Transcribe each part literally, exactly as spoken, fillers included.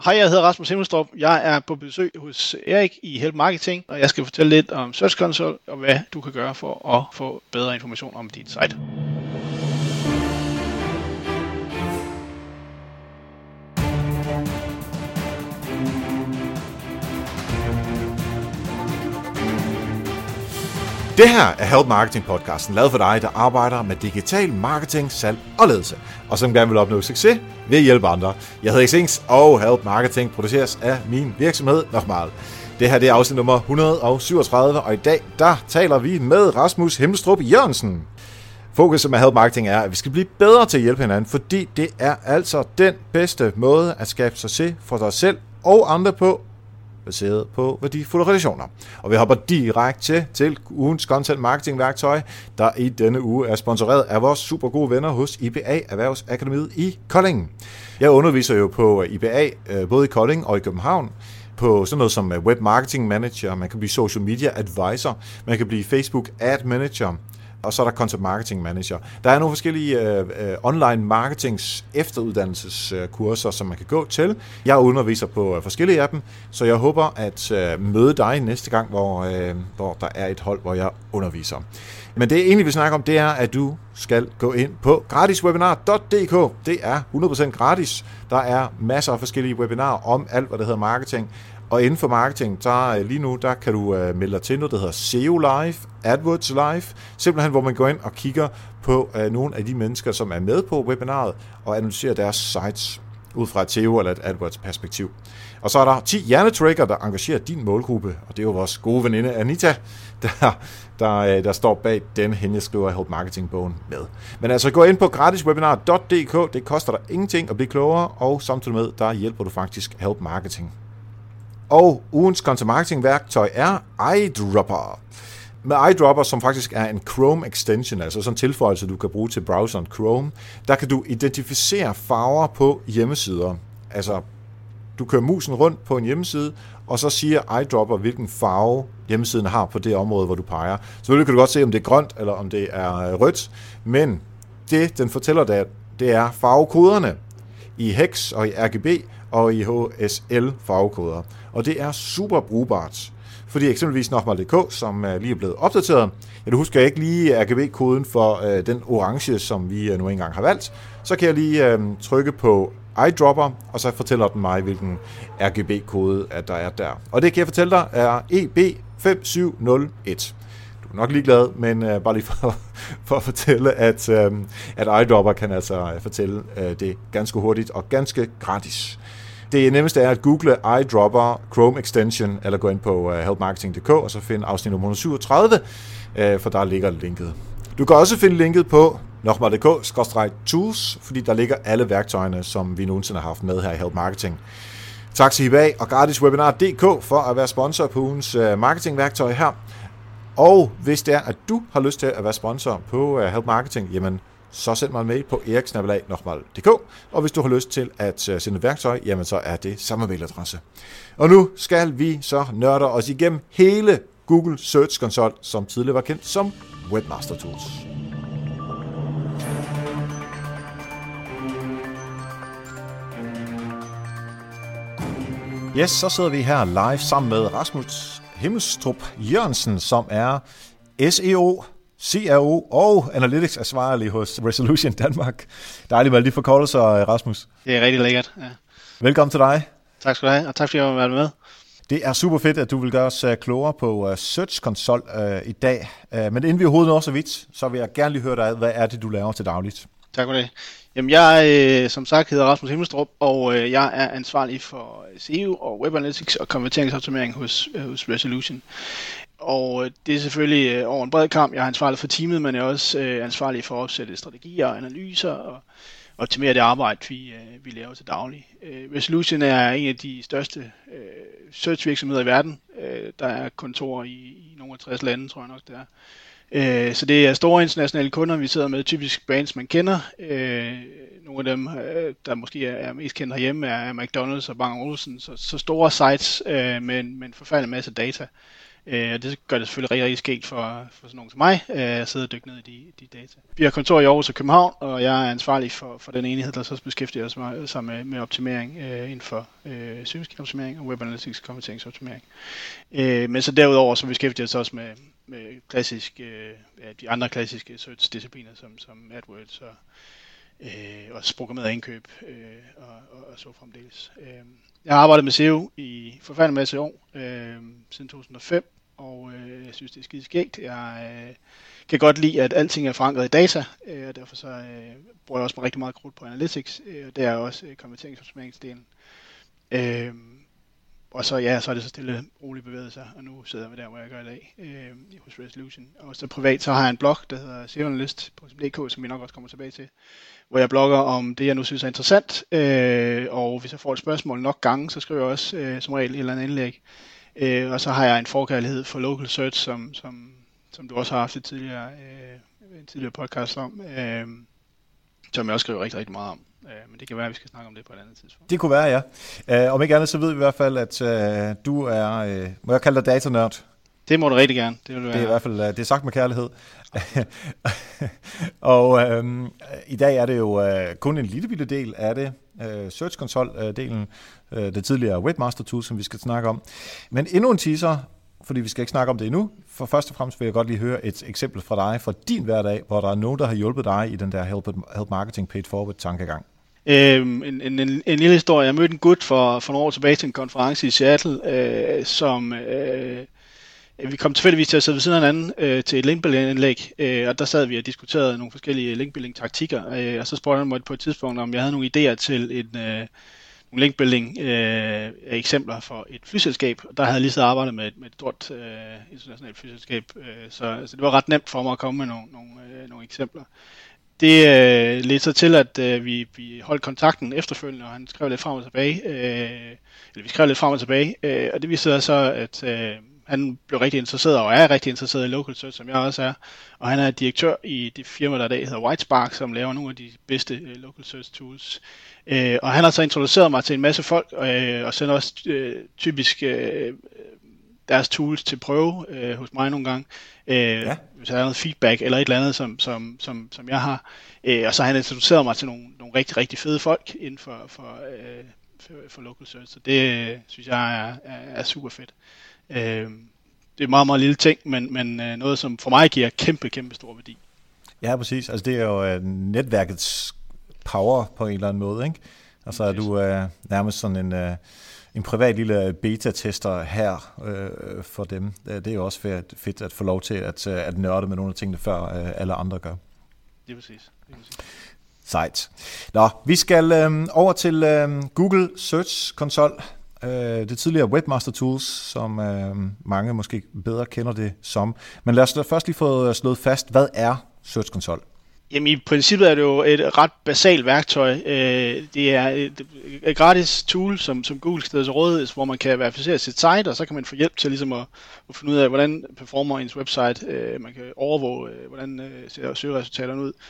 Hej, jeg hedder Rasmus Himmelstrup. Jeg er på besøg hos Erik i Help Marketing, og jeg skal fortælle lidt om Search Console og hvad du kan gøre for at få bedre information om dit site. Det her er Help Marketing podcasten, lavet for dig, der arbejder med digital marketing, salg og ledelse, og som gerne vil opnå succes ved at hjælpe andre. Jeg hedder Xings, og Help Marketing produceres af min virksomhed Nochmal. Det her det er afsnit nummer et hundrede og syvogtredive, og i dag der taler vi med Rasmus Himmelstrup Jørgensen. Fokuset med Help Marketing er, at vi skal blive bedre til at hjælpe hinanden, fordi det er altså den bedste måde at skabe succes for dig selv og andre på, baseret på værdifulde relationer. Og vi hopper direkte til, til ugens content marketing værktøj, der i denne uge er sponsoreret af vores super gode venner hos I B A Erhvervsakademiet i Kolding. Jeg underviser jo på I B A, både i Kolding og i København, på sådan noget som web marketing manager, man kan blive social media advisor, man kan blive Facebook ad manager, og så er der content marketing manager. Der er nogle forskellige øh, øh, online marketings efteruddannelseskurser, som man kan gå til. Jeg underviser på øh, forskellige af dem, så jeg håber at øh, møde dig næste gang, hvor, øh, hvor der er et hold, hvor jeg underviser. Men det egentlig vi snakker om, det er, at du skal gå ind på gratiswebinar punktum d k. Det er hundrede procent gratis. Der er masser af forskellige webinarer om alt, hvad der hedder marketing. Og inden for marketing, der lige nu, der kan du uh, melde dig til noget, der hedder S E O Live, AdWords Live, simpelthen hvor man går ind og kigger på uh, nogle af de mennesker, som er med på webinaret, og analyserer deres sites ud fra et S E O eller et AdWords perspektiv. Og så er der ti hjernetrigger, der engagerer din målgruppe, og det er jo vores gode veninde Anita, der, der, der står bag den, hende jeg skriver Help Marketing-bogen med. Men altså gå ind på gratiswebinar punktum d k, det koster dig ingenting at blive klogere, og samtidig med, der hjælper du faktisk Help Marketing. Og ugens content marketing værktøj er iDropper. Med iDropper, som faktisk er en Chrome extension, altså sådan en tilføjelse, du kan bruge til browseren Chrome, der kan du identificere farver på hjemmesider. Altså, du kører musen rundt på en hjemmeside, og så siger iDropper, hvilken farve hjemmesiden har på det område, hvor du peger. Selvfølgelig kan du godt se, om det er grønt, eller om det er rødt, men det, den fortæller dig, det er farvekoderne i hex og i R G B og i H S L farvekoder. Og det er super brugbart, fordi eksempelvis Nochmal punktum d k, som lige er blevet opdateret, ja, du husker ikke lige R G B-koden for øh, den orange, som vi øh, nu engang har valgt, så kan jeg lige øh, trykke på iDropper, og så fortæller den mig, hvilken R G B-kode at der er der. Og det kan jeg fortælle dig er E B fem syv nul et. Du er nok ligeglad, men øh, bare lige for, for at fortælle, at, øh, at iDropper kan altså fortælle øh, det ganske hurtigt og ganske gratis. Det nemmeste er at google iDropper Chrome Extension, eller gå ind på help marketing punktum d k, og så finde afsnit nummer et hundrede og syvogtredive, for der ligger linket. Du kan også finde linket på nochmal punktum d k skråstreg tools, fordi der ligger alle værktøjerne, som vi nogensinde har haft med her i Help Marketing. Tak til I B A og gratiswebinar punktum d k for at være sponsor på ugens marketingværktøj her. Og hvis det er, at du har lyst til at være sponsor på Help Marketing, jamen så send mig en mail på erik snabel-a nochmal punktum d k, og hvis du har lyst til at sende et værktøj, jamen så er det samme mailadresse. Og nu skal vi så nørde os igennem hele Google Search Console, som tidligere var kendt som Webmaster Tools. Yes, så sidder vi her live sammen med Rasmus Himmelstrup Jørgensen, som er S E O, C R O og Analytics ansvarlig hos Resolution Danmark. Dejligt med alle de forkortelser, Rasmus. Det er rigtig lækkert, ja. Velkommen til dig. Tak skal du have, og tak fordi jeg var med. Det er super fedt, at du vil gøre os klogere på Search Console uh, i dag. Uh, men inden vi overhovedet når så vidt, så vil jeg gerne lige høre dig, hvad er det, du laver til dagligt? Tak for det. Jamen, jeg øh, som sagt hedder Rasmus Himmelstrup, og øh, jeg er ansvarlig for S E O og Web Analytics og konverteringsoptimering hos, øh, hos Resolution. Og øh, det er selvfølgelig øh, over en bred kamp. Jeg er ansvarlig for teamet, men jeg er også øh, ansvarlig for at opsætte strategier og analyser og optimere det arbejde, vi, øh, vi laver til daglig. Øh, Resolution er en af de største øh, search-virksomheder i verden. Øh, der er kontorer i, i nogle af tres lande, tror jeg nok det er. Øh, så det er store internationale kunder, vi sidder med, typisk brands, man kender. Øh, nogle af dem, øh, der måske er, er mest kendt herhjemme, er, er McDonald's og Bang og Olufsen. Så, så store sites øh, med, en, med en forfærdelig masse data. Øh, og det gør det selvfølgelig rigtig, rigtig skægt for, for sådan nogen som mig, øh, at sidde og dykke ned i de, de data. Vi har kontor i Aarhus og København, og jeg er ansvarlig for, for den enhed, der så beskæftiger sig med, med, med optimering øh, inden for øh, søgemaskineoptimering og Web Analytics konverteringsoptimering. Øh, men så derudover så beskæftiger jeg sig også med, med klassisk, øh, ja, de andre klassiske search-discipliner, som, som AdWords og Øh, også programmeret indkøb øh, og, og, og så fremdeles. Øh, jeg har arbejdet med S E O i forfærdelig masse år, øh, siden to tusind og fem, og øh, jeg synes, det er skide skægt. Jeg øh, kan godt lide, at alting er forankret i data, øh, og derfor så øh, bruger jeg også rigtig meget krudt på Analytics, øh, og det er også øh, konverteringsoptimeringsdelen. Øh, Og så, ja, så er det så stille roligt bevæget sig, og nu sidder vi der, hvor jeg gør i dag, øh, hos Resolution. Og så privat, så har jeg en blog, der hedder S E O analyst punktum d k, som vi nok også kommer tilbage til, hvor jeg blogger om det, jeg nu synes er interessant, øh, og hvis jeg får et spørgsmål nok gange, så skriver jeg også øh, som regel et eller andet indlæg. Øh, og så har jeg en forkærlighed for local search, som, som, som du også har haft et tidligere, øh, en tidligere podcast om, øh, som jeg også skriver rigtig, rigtig meget om. Men det kan være, at vi skal snakke om det på et andet tidspunkt. Det kunne være, ja. Uh, om ikke andet, så ved vi i hvert fald, at uh, du er, uh, må jeg kalde dig datanørd? Det må du rigtig gerne. Det, vil det er i hvert fald, uh, det er sagt med kærlighed. Og uh, i dag er det jo uh, kun en lille bitte del af det, uh, Search Console-delen, uh, det tidligere Webmaster Tool, som vi skal snakke om. Men endnu en teaser, fordi vi skal ikke snakke om det endnu. For først og fremmest vil jeg godt lige høre et eksempel fra dig, fra din hverdag, hvor der er nogen, der har hjulpet dig i den der Help, help Marketing Paid Forward tankegang. Øhm, en, en, en, en lille historie. Jeg mødte en gut for, for nogle år tilbage til en konference i Seattle, øh, som øh, vi kom tilfældigvis til at sidde ved siden af hinanden øh, til et linkbuilding-indlæg, øh, og der sad vi og diskuterede nogle forskellige linkbuilding-taktikker, øh, og så spurgte han mig på et tidspunkt, om jeg havde nogle idéer til en, øh, nogle linkbuilding-eksempler øh, for et flyselskab. Der havde jeg lige så arbejdet med et, med et stort øh, internationalt flyselskab, øh, så, så det var ret nemt for mig at komme med nogle, nogle, øh, nogle eksempler. Det øh, ledte så til, at øh, vi, vi holdt kontakten efterfølgende, og han skrev lidt frem og tilbage. Øh, eller vi skrev lidt frem og tilbage, øh, og det viste så, at øh, han blev rigtig interesseret, og er rigtig interesseret i local search, som jeg også er. Og han er direktør i det firma, der i dag hedder Whitespark, som laver nogle af de bedste øh, local search tools. Øh, og han har så introduceret mig til en masse folk, øh, og sender også øh, typisk øh, deres tools til prøve øh, hos mig nogle gange. Øh, ja. Hvis der er noget feedback eller et eller andet, som, som, som, som jeg har. Øh, og så har han introduceret mig til nogle, nogle rigtig, rigtig fede folk inden for, for, øh, for, for local search. Så det øh, synes jeg er, er, er super fedt. Øh, det er meget, meget lille ting, men, men øh, noget, som for mig giver kæmpe, kæmpe stor værdi. Ja, præcis. Altså det er jo uh, netværkets power på en eller anden måde, ikke? Altså er du uh, nærmest sådan en... Uh, En privat lille beta-tester her øh, for dem. Det er jo også fedt, fedt at få lov til at, at nørde med nogle af tingene, før øh, alle andre gør. Det er præcis. Det er præcis. Sejt. Nå, vi skal øh, over til øh, Google Search Console. Øh, det tidligere Webmaster Tools, som øh, mange måske bedre kender det som. Men lad os først lige få slået fast, hvad er Search Console? Jamen i princippet er det jo et ret basalt værktøj. Det er et gratis tool, som, som Google stiller til rådighed, hvor man kan verificere sit site, og så kan man få hjælp til ligesom at, at finde ud af, hvordan performer ens website. Man kan overvåge, hvordan ser søgeresultaterne ud.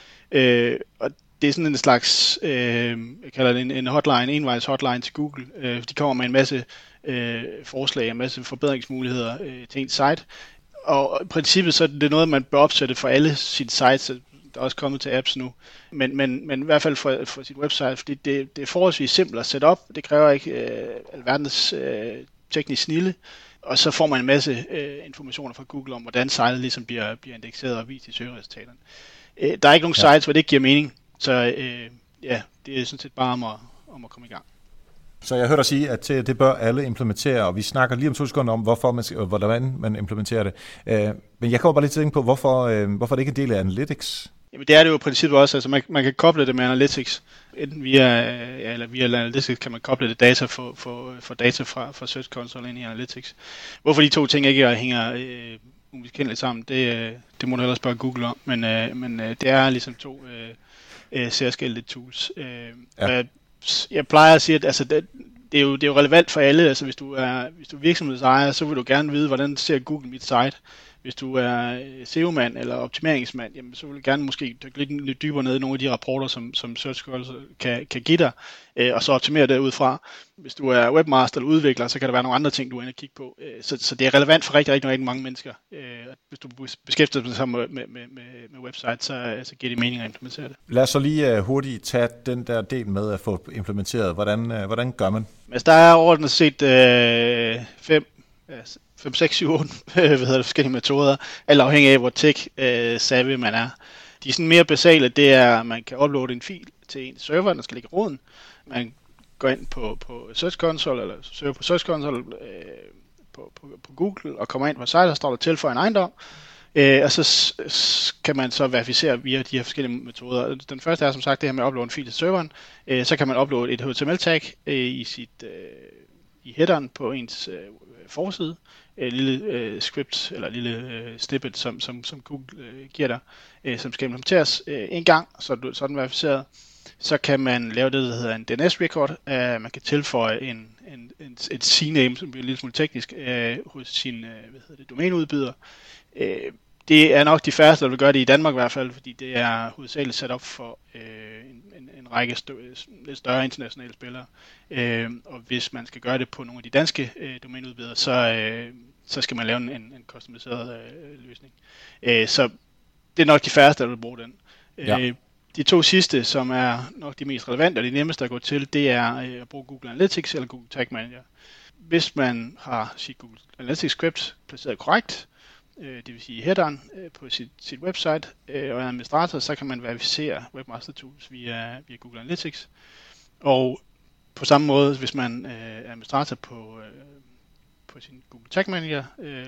Og det er sådan en slags, jeg kalder det en hotline, envejs hotline til Google. De kommer med en masse forslag, en masse forbedringsmuligheder til ens site. Og i princippet så er det noget, man bør opsætte for alle sine sites. Der er også kommet til apps nu, men, men, men i hvert fald for, for sit website, fordi det, det er forholdsvis simpelt at sætte op. Det kræver ikke øh, alverdens øh, teknisk snilde, og så får man en masse øh, informationer fra Google om, hvordan sitet ligesom bliver, bliver indekseret og vist i søgeresultaterne. Øh, der er ikke nogen ja. sites, hvor det ikke giver mening, så øh, ja, det er sådan set bare om at, om at komme i gang. Så jeg hørte dig sige, at det bør alle implementere, og vi snakker lige om to sekunder om, hvorfor man, hvordan man implementerer det. Men jeg kommer bare lige til at tænke på, hvorfor, hvorfor det ikke er en del af Analytics? Jamen det er det jo i princippet også, altså man, man kan koble det med Analytics, enten via, ja, eller via Analytics kan man koble det data for, for, for data fra, fra Search Console ind i Analytics. Hvorfor de to ting ikke hænger øh, umiskendeligt sammen, det, det må du ellers spørge Google om, men, øh, men øh, det er ligesom to øh, særskilte tools. Øh, ja. Jeg plejer at sige, at altså, det, det, er jo, det er jo relevant for alle. Altså, hvis du er, hvis du er virksomhedsejer, så vil du gerne vide, hvordan ser Google mit site. Hvis du er S E O-mand eller optimeringsmand, jamen, så vil jeg gerne måske dykke lidt, lidt dybere ned i nogle af de rapporter, som, som Search Console kan, kan give dig, øh, og så optimere det udefra. Hvis du er webmaster eller udvikler, så kan der være nogle andre ting, du er inde og kigge på. Øh, så, så det er relevant for rigtig, rigtig, rigtig mange mennesker. Øh, hvis du beskæftiger dig med, med, med, med website, så, så giver det mening at implementere det. Lad os så lige uh, hurtigt tage den der del med at få implementeret. Hvordan, uh, hvordan gør man? Altså, der er overordnet set øh, fem, fem, seks, syv, otte hvad hedder det, forskellige metoder, alt afhængig af, hvor tech-savvy man er. De er sådan mere basale, det er, at man kan uploade en fil til en server, der skal ligge i roden. Man går ind på, på Search Console, eller søger på Search Console øh, på, på, på Google, og kommer ind på site, og står der tilføje en ejendom. Øh, og så s- kan man så verificere via de her forskellige metoder. Den første er som sagt det her med at uploade en fil til serveren. Øh, så kan man uploade et H T M L-tag øh, i, sit, øh, i headeren på ens øh, forside. Et lille øh, script eller et lille øh, snippet, som, som, som Google øh, giver dig, øh, som skal implementeres øh, en gang, så, du, så er den verificeret. Så kan man lave det, der hedder en D N S-record. Uh, man kan tilføje en, en, en, et C name, som bliver lidt smule teknisk, uh, hos sin uh, hvad hedder det, domæneudbyder. Uh, det er nok de færreste, der vil gøre det i Danmark i hvert fald, fordi det er hovedsageligt sat op for uh, en, en, en række stø- lidt større internationale spillere. Uh, og hvis man skal gøre det på nogle af de danske uh, domæneudbydere, så, uh, så skal man lave en, en customiseret uh, løsning. Uh, så det er nok de færreste, der vil bruge den. Ja. Uh, De to sidste, som er nok de mest relevante og de nemmeste at gå til, det er at bruge Google Analytics eller Google Tag Manager. Hvis man har sit Google Analytics script placeret korrekt, det vil sige headeren på sit, sit website og er administrator, så kan man verificere Webmaster Tools via, via Google Analytics. Og på samme måde, hvis man er administrator på, på sin Google Tag Manager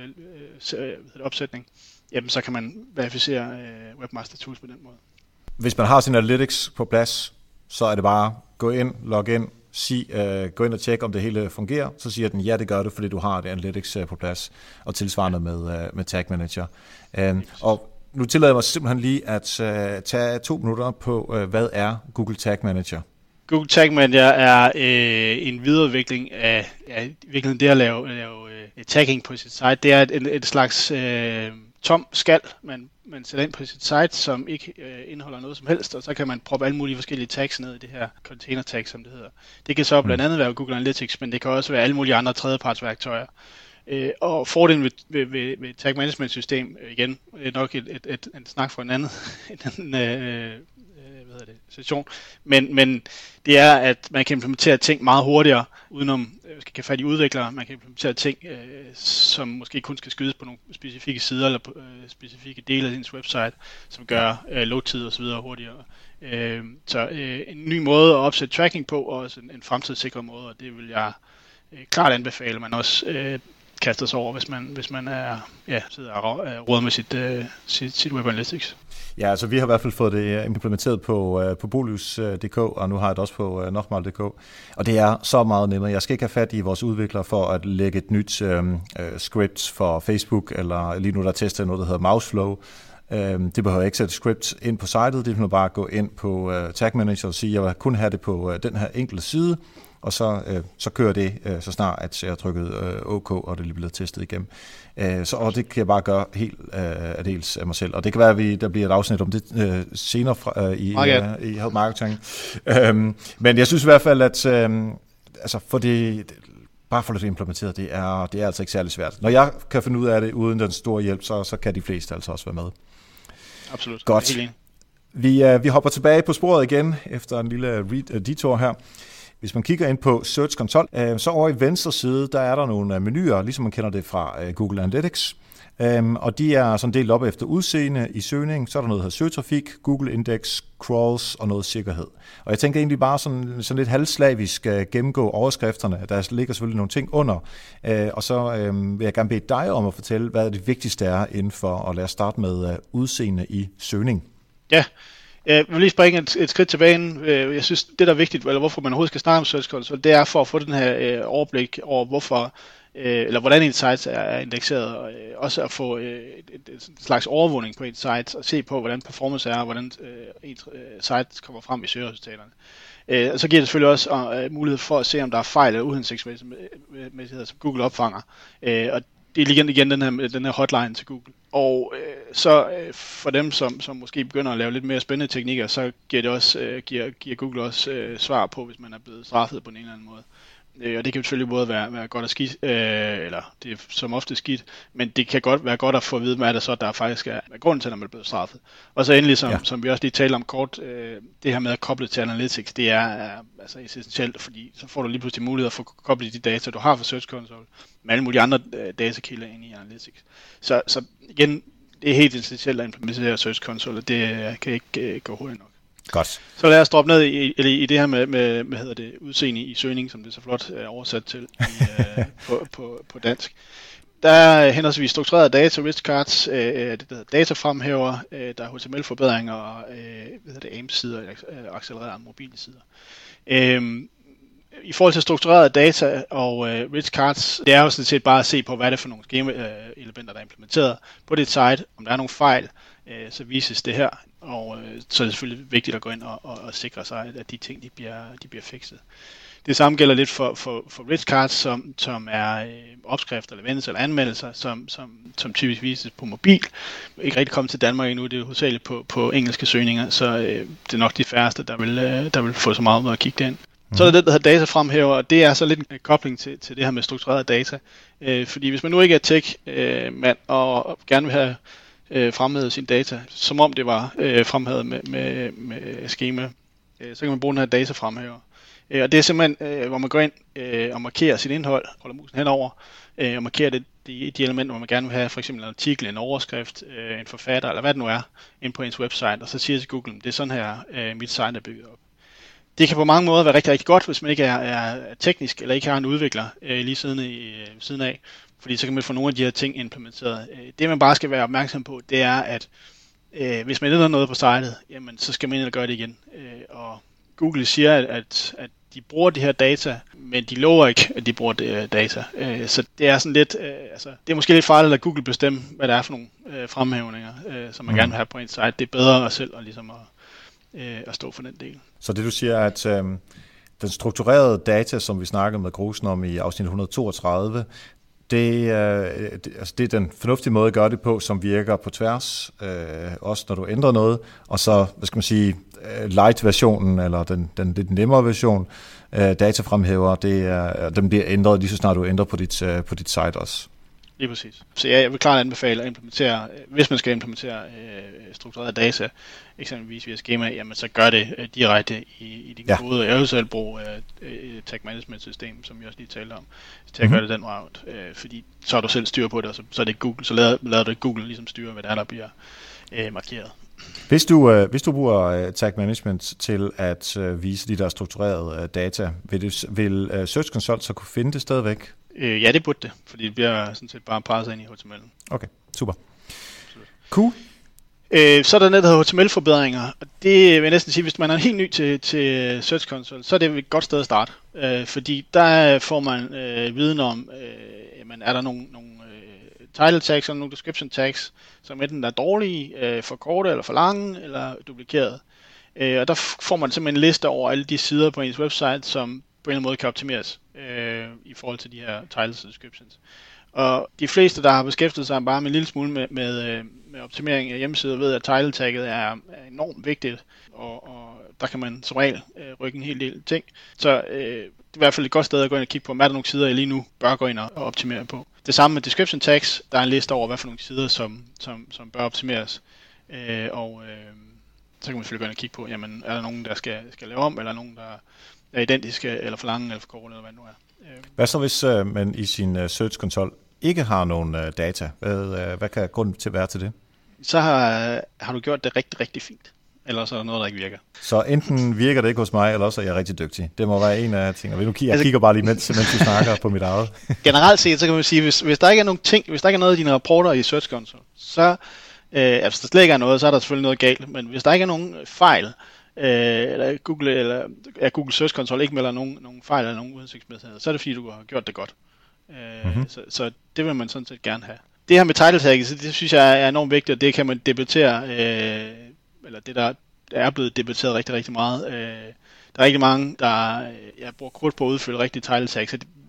opsætning, jamen, så kan man verificere Webmaster Tools på den måde. Hvis man har sin Analytics på plads, så er det bare gå ind, log ind, sig, uh, gå ind og tjekke, om det hele fungerer. Så siger den, ja, det gør det, fordi du har det Analytics uh, på plads, og tilsvarende med, uh, med Tag Manager. Um, og nu tillader jeg mig simpelthen lige at uh, tage to minutter på, uh, hvad er Google Tag Manager? Google Tag Manager er øh, en videreudvikling af ja, virkelig det at lave, lave uh, tagging på sit site. Det er et, et, et slags øh, tom skal, man man sætter ind på sit site, som ikke øh, indeholder noget som helst, og så kan man proppe alle mulige forskellige tags ned i det her container tag, som det hedder. Det kan så blandt andet være Google Analytics, men det kan også være alle mulige andre tredjepartsværktøjer. Øh, og fordelen ved, ved, ved, ved tag management system, øh, igen, er nok et, et, et, en snak for en anden, en anden øh, hvad hedder det, session, men, men det er, at man kan implementere ting meget hurtigere, udenom at kan fat i udviklere. Man kan implementere ting, øh, som måske kun skal skydes på nogle specifikke sider eller på, øh, specifikke dele af ens website, som gør øh, load-tid og så videre hurtigere. Øh, så øh, en ny måde at opsætte tracking på, og også en, en fremtidssikret måde, og det vil jeg øh, klart anbefale, man også øh, kaster sig over, hvis man, hvis man er, ja, sidder og øh, råder med sit, øh, sit, sit Web Analytics. Ja, altså vi har i hvert fald fået det implementeret på, uh, på Bolius punktum d k, og nu har jeg det også på uh, Nochmal punktum d k. Og det er så meget nemmere. Jeg skal ikke have fat i vores udviklere for at lægge et nyt um, uh, script for Facebook, eller lige nu der tester noget, der hedder Mouseflow. Um, det behøver jeg ikke sætte script ind på sitet, det vil bare gå ind på uh, Tag Manager og sige, at jeg vil kun have det på uh, den her enkelte side, og så, øh, så kører det, øh, så snart at jeg har trykket øh, OK, og det er blevet testet igennem. Øh, så, og det kan jeg bare gøre helt øh, af dels af mig selv. Og det kan være, at vi, der bliver et afsnit om det øh, senere fra, øh, i, øh, i Help Marketing. Øh, men jeg synes i hvert fald, at øh, altså for det, bare for det implementeret, det er, det er altså ikke særlig svært. Når jeg kan finde ud af det uden den store hjælp, så, så kan de fleste altså også være med. Absolut. Godt. Vi, øh, vi hopper tilbage på sporet igen, efter en lille read, uh, detour her. Hvis man kigger ind på Search Console, så over i venstre side, der er der nogle menuer, ligesom man kender det fra Google Analytics. Og de er sådan delt op efter udseende i søgning. Så er der noget, der hedder søgetrafik, Google Index, crawls og noget sikkerhed. Og jeg tænker egentlig bare sådan, sådan lidt halvslavisk gennemgå overskrifterne. Der ligger selvfølgelig nogle ting under. Og så vil jeg gerne bede dig om at fortælle, hvad det vigtigste er inden for, og lad os starte med udseende i søgning. Ja. Jeg vil lige springe et, et skridt tilbage. Jeg synes, det der er vigtigt, eller hvorfor man overhovedet skal snakke om Search Console, det er for at få den her øh, overblik over, hvorfor, øh, eller hvordan en site er, er indekseret, og øh, også at få øh, et, et, et slags overvågning på en site, og se på, hvordan performance er, og hvordan øh, en øh, site kommer frem i søgeresultaterne. Øh, og så giver det selvfølgelig også øh, mulighed for at se, om der er fejl eller uhensigtsmæssigheder, som Google opfanger. Øh, og det er igen, igen den, her, den her hotline til Google. Og øh, så øh, for dem, som, som måske begynder at lave lidt mere spændende teknikker, så giver, det også, øh, giver, giver Google også øh, svar på, hvis man er blevet straffet på en eller anden måde. Øh, og det kan selvfølgelig både være, være godt og skidt, øh, eller det er som ofte skidt, men det kan godt være godt at få at vide, hvad er det så, der faktisk er, er grunden til, at man er blevet straffet. Og så endelig, som, ja. som vi også lige talte om kort, øh, det her med at koble til Analytics, det er, er altså essentielt, fordi så får du lige pludselig mulighed for at koble de data, du har fra Search Console, med alle mulige andre øh, datakilder ind i Analytics. Så, så igen, det er helt essentielt at implementere Search Console, og det øh, kan ikke øh, gå hurtigt nok. Godt. Så lad os droppe ned i, i, i det her med, med hvad hedder det, udseende i søgning, som det er så flot er oversat til i, øh, på, på, på dansk. Der er henholdsvis struktureret data, rich cards, øh, det der datafremhæver, øh, der er H T M L-forbedringer og øh, hvad hedder det, A M S-sider, øh, accelererede mobilsider. Øh, I forhold til struktureret data og øh, rich cards, det er jo sådan set bare at se på, hvad det er for nogle schema-elementer, der er implementeret på dit site. Om der er nogle fejl, øh, så vises det her. Og øh, så er det selvfølgelig vigtigt at gå ind og, og, og sikre sig, at de ting de bliver, de bliver fikset. Det samme gælder lidt for, for, for rich cards, som, som er øh, opskrifter eller vendelser eller anmeldelser, som, som, som typisk vises på mobil. Ikke rigtig kommet til Danmark endnu, det er jo hovedsageligt på, på engelske søgninger, så øh, det er nok de færreste, der vil, øh, der vil få så meget ud at kigge derind. Mm. Så er der det, der hedder datafremhæver, og det er så lidt en kobling til, til det her med struktureret data. Øh, fordi hvis man nu ikke er tech-mand øh, og, og gerne vil have øh, fremhævet sine data, som om det var øh, fremhævet med, med, med schema, øh, så kan man bruge den her datafremhæver. Og det er simpelthen, øh, hvor man går ind øh, og markerer sit indhold, holder musen henover, øh, og markerer det, de, de elementer, hvor man gerne vil have, for eksempel en artikel, en overskrift, øh, en forfatter, eller hvad det nu er, ind på ens website, og så siger til Google, det er sådan her, øh, mit site er bygget op. Det kan på mange måder være rigtig, rigtig godt, hvis man ikke er, er teknisk, eller ikke har en udvikler øh, lige siden, i, øh, siden af, fordi så kan man få nogle af de her ting implementeret. Det man bare skal være opmærksom på, det er, at øh, hvis man ændrer noget på sitet, jamen, så skal man ind og gøre det igen. Øh, og Google siger, at, at, at de bruger de her data, men de lover ikke, at de bruger de, uh, data. Uh, så det er sådan lidt, uh, altså, det er måske lidt farligt at Google bestemme, hvad det er for nogle uh, fremhævninger, uh, som man mm. gerne vil have på en site. Det er bedre selv at, ligesom at, uh, at stå for den del. Så det du siger, at uh, den strukturerede data, som vi snakkede med Grusen om i afsnit et hundrede og toogtredive, det, uh, det, altså det er den fornuftige måde at gøre det på, som virker på tværs, uh, også når du ændrer noget, og så, hvad skal man sige, light-versionen, eller den, den lidt nemmere version, uh, datafremhæver, det er, dem bliver ændret lige så snart du ændrer på dit, uh, på dit site også. Lige præcis. Så ja, jeg vil klart anbefale at implementere, hvis man skal implementere øh, struktureret data, eksempelvis via schema, jamen så gør det øh, direkte i, i din ja. kode. Jeg vil selv bruge øh, et tag management system, som vi også lige talte om, til at mm-hmm. gøre det den vej rundt. Øh, fordi så har du selv styr på det, og så, så er det Google, så lader, lader du Google ligesom styre, hvad der er, der bliver øh, markeret. Hvis du, øh, hvis du bruger uh, tag management til at uh, vise de der strukturerede uh, data, vil, det, vil uh, Search Console så kunne finde det stadigvæk? Øh, ja, det burde det, fordi det bliver sådan set bare presset ind i H T M L'en. Okay, super. Cool. Øh, så er der noget, der hedder H T M L-forbedringer, og det vil jeg næsten sige, hvis man er helt ny til, til Search Console, så er det et godt sted at starte, øh, fordi der får man øh, viden om, øh, jamen, er der nogle, nogle øh, title tags og nogle description tags, som enten er dårlige, øh, for korte eller for lange, eller duplikeret. Øh, og der får man simpelthen en liste over alle de sider på ens website, som på en eller anden måde kan optimeres øh, i forhold til de her titles og descriptions. Og de fleste, der har beskæftiget sig bare med en lille smule med, med, med optimering af hjemmesider, ved, at title tagget er, er enormt vigtigt, og, og der kan man som regel øh, rykke en hel del ting. Så øh, det er i hvert fald et godt sted at gå ind og kigge på, om er der nogle sider, jeg lige nu bør gå ind og optimere på. Det samme med description tags, der er en liste over, hvad for nogle sider, som, som, som bør optimeres. Øh, og øh, så kan man selvfølgelig gå ind og kigge på, jamen er der nogen, der skal, skal lave om, eller nogen, der er identiske, eller for lange, eller for korte, eller hvad det nu er. Øh. Hvad så, hvis øh, man i sin uh, Search Console ikke har nogen uh, data? Hvad, uh, hvad kan grunden til være til det? Så har, har du gjort det rigtig, rigtig fint. Eller så er der noget, der ikke virker. Så enten virker det ikke hos mig, eller også er jeg rigtig dygtig. Det må være en af tingene. Jeg kigger, altså, kigger bare lige, mens, mens du snakker på mit eget. Generelt set, så kan man sige, hvis, hvis der ikke er nogen ting, hvis der ikke er noget af dine rapporter i Search Console, så, øh, altså, hvis der slet ikke er noget, så er der selvfølgelig noget galt. Men hvis der ikke er nogen fejl, øh, eller Google, eller ja, Google Search Console ikke melder nogen, nogen fejl eller nogen uhensigtsmæssigheder, så er det fordi, du har gjort det godt. Øh, mm-hmm. så, så det vil man sådan set gerne have. Det her med title tagget, det synes jeg er enormt vigtigt, og det kan man debattere, øh, eller det der er blevet debatteret rigtig, rigtig meget. Øh, der er rigtig mange, der jeg bruger krudt på at udfylde rigtige title tags, så det,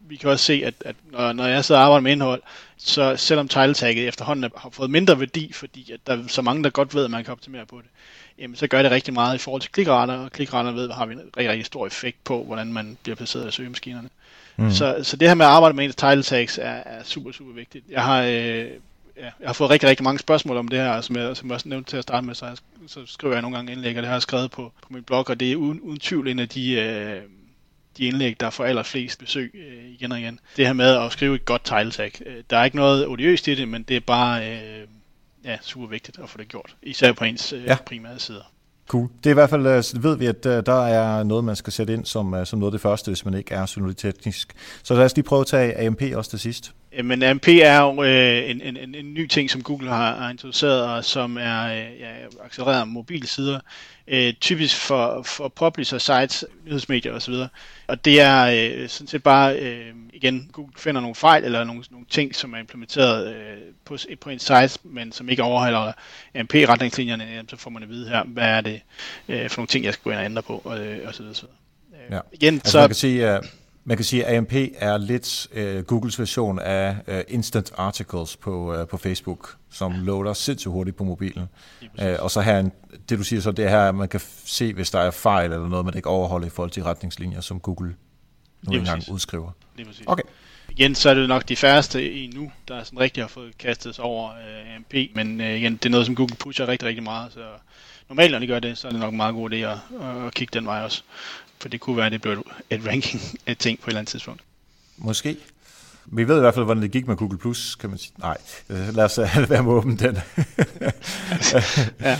vi kan også se, at, at når, når jeg sidder og arbejder med indhold, så selvom title tagget efterhånden har fået mindre værdi, fordi at der er så mange, der godt ved, at man kan optimere på det, jamen så gør det rigtig meget i forhold til klikrater, og klikrater ved, har vi en rigtig, rigtig stor effekt på, hvordan man bliver placeret af søgemaskinerne. Mm. Så, så det her med at arbejde med ens title tags er, er super, super vigtigt. Jeg har, øh, ja, jeg har fået rigtig, rigtig mange spørgsmål om det her, som jeg, som jeg også nævnte til at starte med, så, jeg, så skriver jeg nogle gange indlæg, og det har jeg skrevet på, på min blog, og det er uden, uden tvivl en af de, øh, de indlæg, der får allerflest besøg øh, igen og igen. Det her med at skrive et godt title tag. Der er ikke noget odiøst i det, men det er bare øh, ja, super vigtigt at få det gjort, især på ens øh, ja. primære sider. Cool. Det er i hvert fald, så ved vi, at der er noget, man skal sætte ind som, som noget af det første, hvis man ikke er synonyteknisk. Så lad os lige prøve at tage A M P også til sidst. Men A M P er jo øh, en, en, en ny ting, som Google har, har introduceret, og som er øh, ja, accelereret mobilsider. Øh, typisk for, for publisher sites, nyhedsmedier osv. Og det er øh, sådan set bare, øh, igen, Google finder nogle fejl eller nogle, nogle ting, som er implementeret øh, på, på en site, men som ikke overholder A M P-retningslinjerne, øh, så får man at vide her, hvad er det øh, for nogle ting, jeg skal gå ind og ændre på, og, øh, og så videre. Øh, ja. Igen, altså så... man kan sige, at Man kan sige, at A M P er lidt uh, Googles version af uh, Instant Articles på, uh, på Facebook, som loader sindssygt hurtigt på mobilen. Uh, og så her, det du siger så, det er her, at man kan se, hvis der er fejl eller noget, man ikke overholder i forhold til retningslinjer, som Google nu engang udskriver. Okay. Igen, så er det nok de færreste i nu, der sådan rigtig har fået kastet sig over uh, A M P, men uh, igen, det er noget, som Google pusher rigtig, rigtig meget, så normalt, når de gør det, så er det nok en meget god idé at, at kigge den vej også. For det kunne være, at det blev et ranking-ting på et eller andet tidspunkt. Måske. Vi ved i hvert fald, hvordan det gik med Google Plus, kan man sige. Nej, lad os være med åben den. Ja.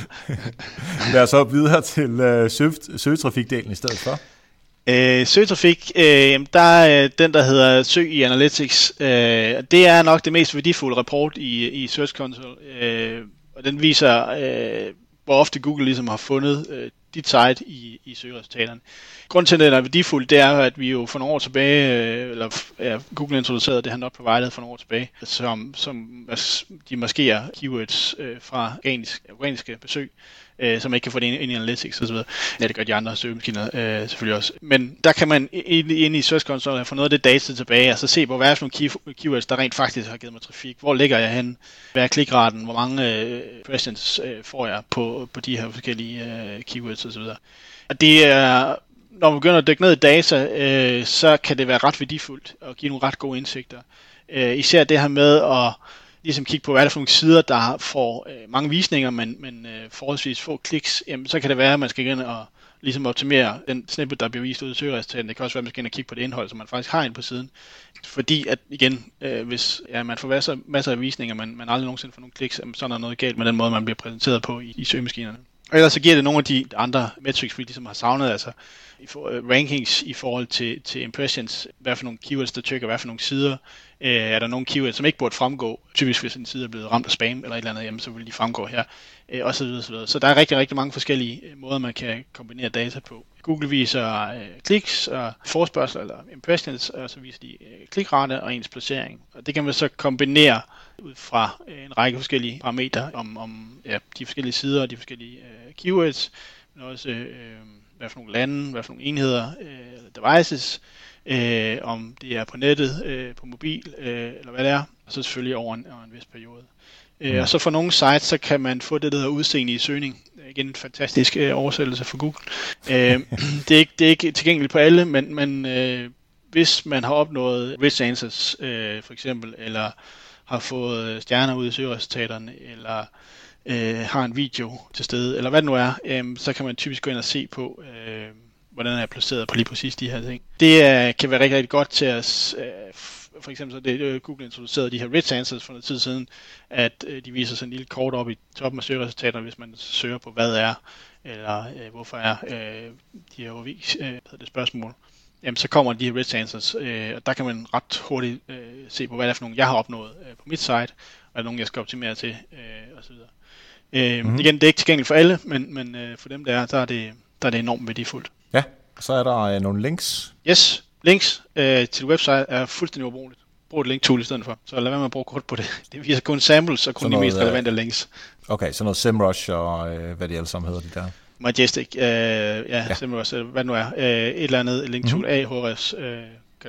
Lad os op videre til uh, søg- søgetrafikdelen i stedet for. Øh, søgetrafik, øh, der er den, der hedder Søg i Analytics. Øh, det er nok det mest værdifulde rapport i, i Search Console. Øh, og den viser, øh, hvor ofte Google ligesom har fundet øh, dit site i, i søgeresultaterne. Grunden til, at det er værdifuldt, det er, at vi jo for nogle år tilbage, øh, eller ja, Google introducerede det her not provided for nogle år tilbage, som, som de maskerer keywords øh, fra organisk, organiske besøg, øh, som ikke kan få det ind, ind i Analytics osv. Ja, det gør de andre søgemaskiner øh, selvfølgelig også. Men der kan man ind i Search Console få noget af det data tilbage, og så se på, hvad er for nogle key, keywords, der rent faktisk har givet mig trafik. Hvor ligger jeg hen? Hvad er klikraten? Hvor mange øh, impressions øh, får jeg på, på de her forskellige øh, keywords osv.? Og det er, når man begynder at dykke ned i data, øh, så kan det være ret værdifuldt og give nogle ret gode indsigter. Øh, især det her med at ligesom kigge på, hvad er der for nogle sider, der får øh, mange visninger, men, men øh, forholdsvis få kliks, jamen, så kan det være, at man skal ind og ligesom optimere den snippet, der bliver vist ud i søgeresultaten. Det kan også være, at man skal ind og kigge på det indhold, som man faktisk har inde på siden. Fordi at igen, øh, hvis ja, man får masser, masser af visninger, men man aldrig nogensinde får nogle kliks, så er der noget galt med den måde, man bliver præsenteret på i, i søgemaskinerne. Og ellers så giver det nogle af de andre metrics, vi ligesom har savnet, altså i for, uh, rankings i forhold til, til impressions, hvad for nogle keywords, der tjekker, hvad for nogle sider, uh, er der nogle keywords, som ikke burde fremgå, typisk hvis en side er blevet ramt af spam eller et eller andet, jamen, så vil de fremgå her, uh, og så videre, så videre. Så der er rigtig, rigtig mange forskellige måder, man kan kombinere data på. Google viser uh, kliks og forespørgsel eller impressions, og så viser de uh, klikrate og ens placering. Og det kan man så kombinere ud fra uh, en række forskellige parametre om, om ja, de forskellige sider og de forskellige uh, keywords, men også uh, hvad for nogle lande, hvad for nogle enheder, uh, devices, uh, om det er på nettet, uh, på mobil, uh, eller hvad det er, og så selvfølgelig over en, over en vis periode. Uh, og så for nogle sites, så kan man få det, der hedder udseende i søgning. Igen en fantastisk uh, oversættelse for Google. Uh, det, er ikke, det er ikke tilgængeligt på alle, men, men uh, hvis man har opnået rich answers, uh, for eksempel, eller har fået stjerner ud i søgeresultaterne, eller øh, har en video til stede, eller hvad det nu er, øh, så kan man typisk gå ind og se på, øh, hvordan er jeg placeret på lige præcis de her ting. Det øh, kan være rigtig, rigtig godt til at, øh, for eksempel så det øh, Google introducerede de her rich answers for noget tid siden, at øh, de viser sådan en lille kort op i toppen af søgeresultaterne, hvis man søger på, hvad er, eller øh, hvorfor er øh, de her overvis, øh, det spørgsmål. Jamen, så kommer de her rich answers, øh, og der kan man ret hurtigt øh, se på, hvad det er for nogle, jeg har opnået øh, på mit site, og er der nogen, jeg skal optimere til, øh, osv. Øh, mm-hmm. Igen, det er ikke tilgængeligt for alle, men, men øh, for dem, der er, der er, det, der er det enormt værdifuldt. Ja, så er der øh, nogle links. Yes, links øh, til website er fuldstændig ubrugeligt. Brug et link-tool i stedet for, så lad være med at bruge kort på det. Det viser kun samples og kun noget, de mest relevante øh, links. Okay, så noget SEMrush og øh, hvad de alle sammen hedder, de der. Majestic, øh, ja, ja. SEMrush, hvad det nu er, øh, et eller andet link-tool, mm-hmm. Ahrefs, øh, kan det være.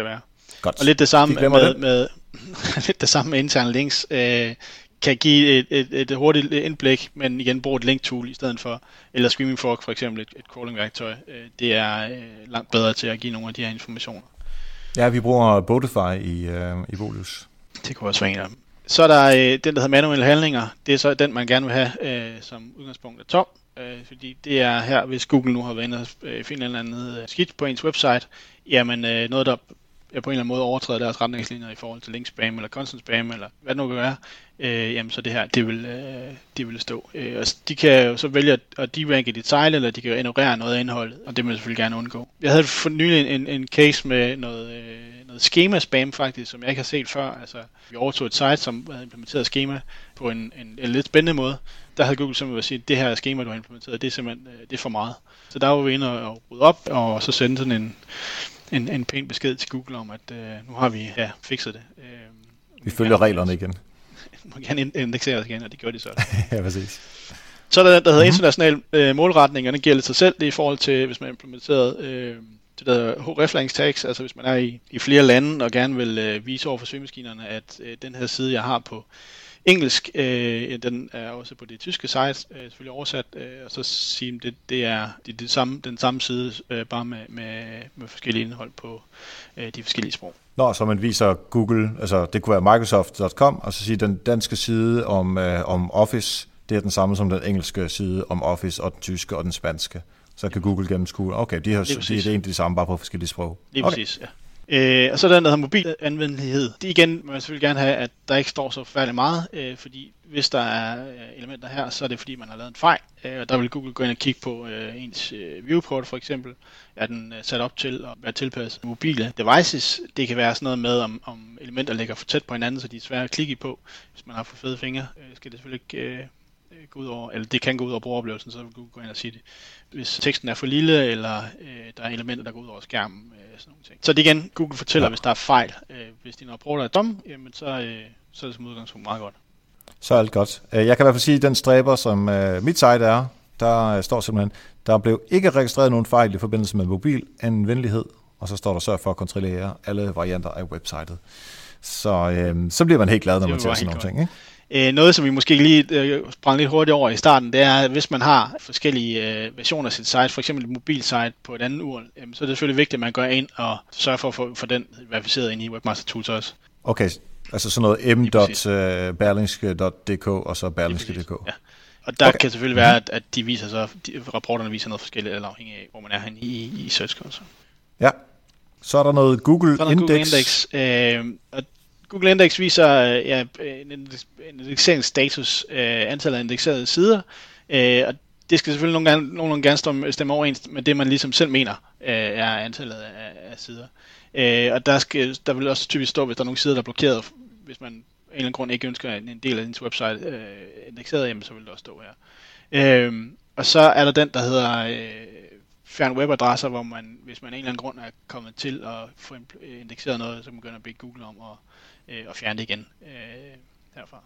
Godt. Og lidt det samme De med, det. med lidt det samme med interne links. Øh, kan give et, et, et hurtigt indblik, men igen bruge et link-tool i stedet for, eller Screaming Frog for eksempel, et, et crawling-værktøj. Øh, det er øh, langt bedre til at give nogle af de her informationer. Ja, vi bruger Botify i, øh, i Bolius. Det kunne også være en af dem. Så er der øh, den, der hedder manuelle handlinger. Det er så den, man gerne vil have øh, som udgangspunkt af tom. Øh, fordi det er her, hvis Google nu har været inde og øh, finde en eller anden øh, skidt på ens website, jamen øh, noget, der ja, på en eller anden måde overtræder deres retningslinjer i forhold til link spam eller content spam eller hvad det nu kan være, øh, jamen så det her, det vil, øh, det vil stå. Øh, og de kan jo så vælge at, at deranke dit site, eller de kan jo ignorere noget af indholdet, og det vil man selvfølgelig gerne undgå. Jeg havde for nylig en, en case med noget, øh, noget schema spam faktisk, som jeg ikke har set før. Altså, vi overtog et site, som havde implementeret schema på en, en, en lidt spændende måde. Der havde Google simpelthen sige, at det her schema, du har implementeret, det er simpelthen øh, det er for meget. Så der var vi inde og rydde op, og så sende sådan en En, en pæn besked til Google om, at øh, nu har vi ja, fikset det. Øh, vi følger reglerne igen. Vi må gerne indeksere os igen, og det gør de så. Ja, præcis. Så er der den, der hedder mm-hmm. international øh, målretning, og den giver lidt sig selv. Det er i forhold til, hvis man har implementeret øh, det der hreflagringstags, altså hvis man er i, i flere lande og gerne vil øh, vise over for søgemaskinerne, at øh, den her side, jeg har på engelsk, øh, den er også på det tyske site, øh, selvfølgelig oversat, øh, og så sige, at det, det er det, det samme, den samme side, øh, bare med, med, med forskellige indhold på øh, de forskellige sprog. Nå, så man viser Google, altså det kunne være microsoft punktum com, og så sige, den danske side om, øh, om Office, det er den samme som den engelske side om Office, og den tyske og den spanske. Så kan Google gennemskue, okay, de har det, det er egentlig det samme, bare på forskellige sprog. Lige okay. præcis, ja. Øh, og så er der den, der hedder mobilanvendelighed. Det igen, man vil selvfølgelig gerne have, at der ikke står så færdigt meget, øh, fordi hvis der er elementer her, så er det fordi, man har lavet en fejl. Øh, og der vil Google gå ind og kigge på øh, ens øh, viewport for eksempel. Er den øh, sat op til at være tilpasset mobile devices? Det kan være sådan noget med, om, om elementer ligger for tæt på hinanden, så de er svære at klikke på. Hvis man har for fede fingre, øh, skal det selvfølgelig ikke øh, gå ud over, eller det kan gå ud over brugeroplevelsen, så vil Google gå ind og sige det. Hvis teksten er for lille, eller øh, der er elementer, der går ud over skærmen, øh, sådan nogle ting. Så det igen, Google fortæller, ja. Hvis der er fejl. Øh, hvis dine rapporter er dumme, jamen så, øh, så er det som udgangspunkt meget godt. Så er alt godt. Jeg kan i hvert fald sige, at den stræber, som øh, mit site er, der øh, står simpelthen, der blev ikke registreret nogen fejl i forbindelse med mobilanvendelighed, og så står der sørg for at kontrollere alle varianter af websitet. Så, øh, så bliver man helt glad, når man ser sådan nogle ting, ikke? Noget, som vi måske lige øh, brænder lidt hurtigt over i starten, det er, at hvis man har forskellige øh, versioner af sit site, for eksempel et mobilsite på et andet ur, øh, så er det selvfølgelig vigtigt, at man går ind og sørger for at få for den verificeret ind i Webmaster Tools også. Okay, altså sådan noget m punktum berlingske punktum d k og så berlingske punktum d k. Ja. Og der okay. kan selvfølgelig være, at, at de viser så, de, rapporterne viser noget forskelligt, eller afhængig af, hvor man er henne i, i Search Console. Ja, så er der noget Google Index. Google Index, øh, og Google Index viser ja, en indekseringsstatus, øh, antallet af indekserede sider, øh, og det skal selvfølgelig nogle gange, nogle gange gerne stemme overens med det, man ligesom selv mener øh, er antallet af, af sider. Øh, og der, skal, der vil også typisk stå, hvis der er nogle sider, der er blokeret, hvis man af en eller anden grund ikke ønsker en del af ens website øh, indekseret, jamen, så vil det også stå her. Øh, og så er der den, der hedder øh, fjern webadresser, hvor man, hvis man af en eller anden grund er kommet til at få indekseret noget, så kan man begynde at bede Google om at og fjerne det igen øh, herfra.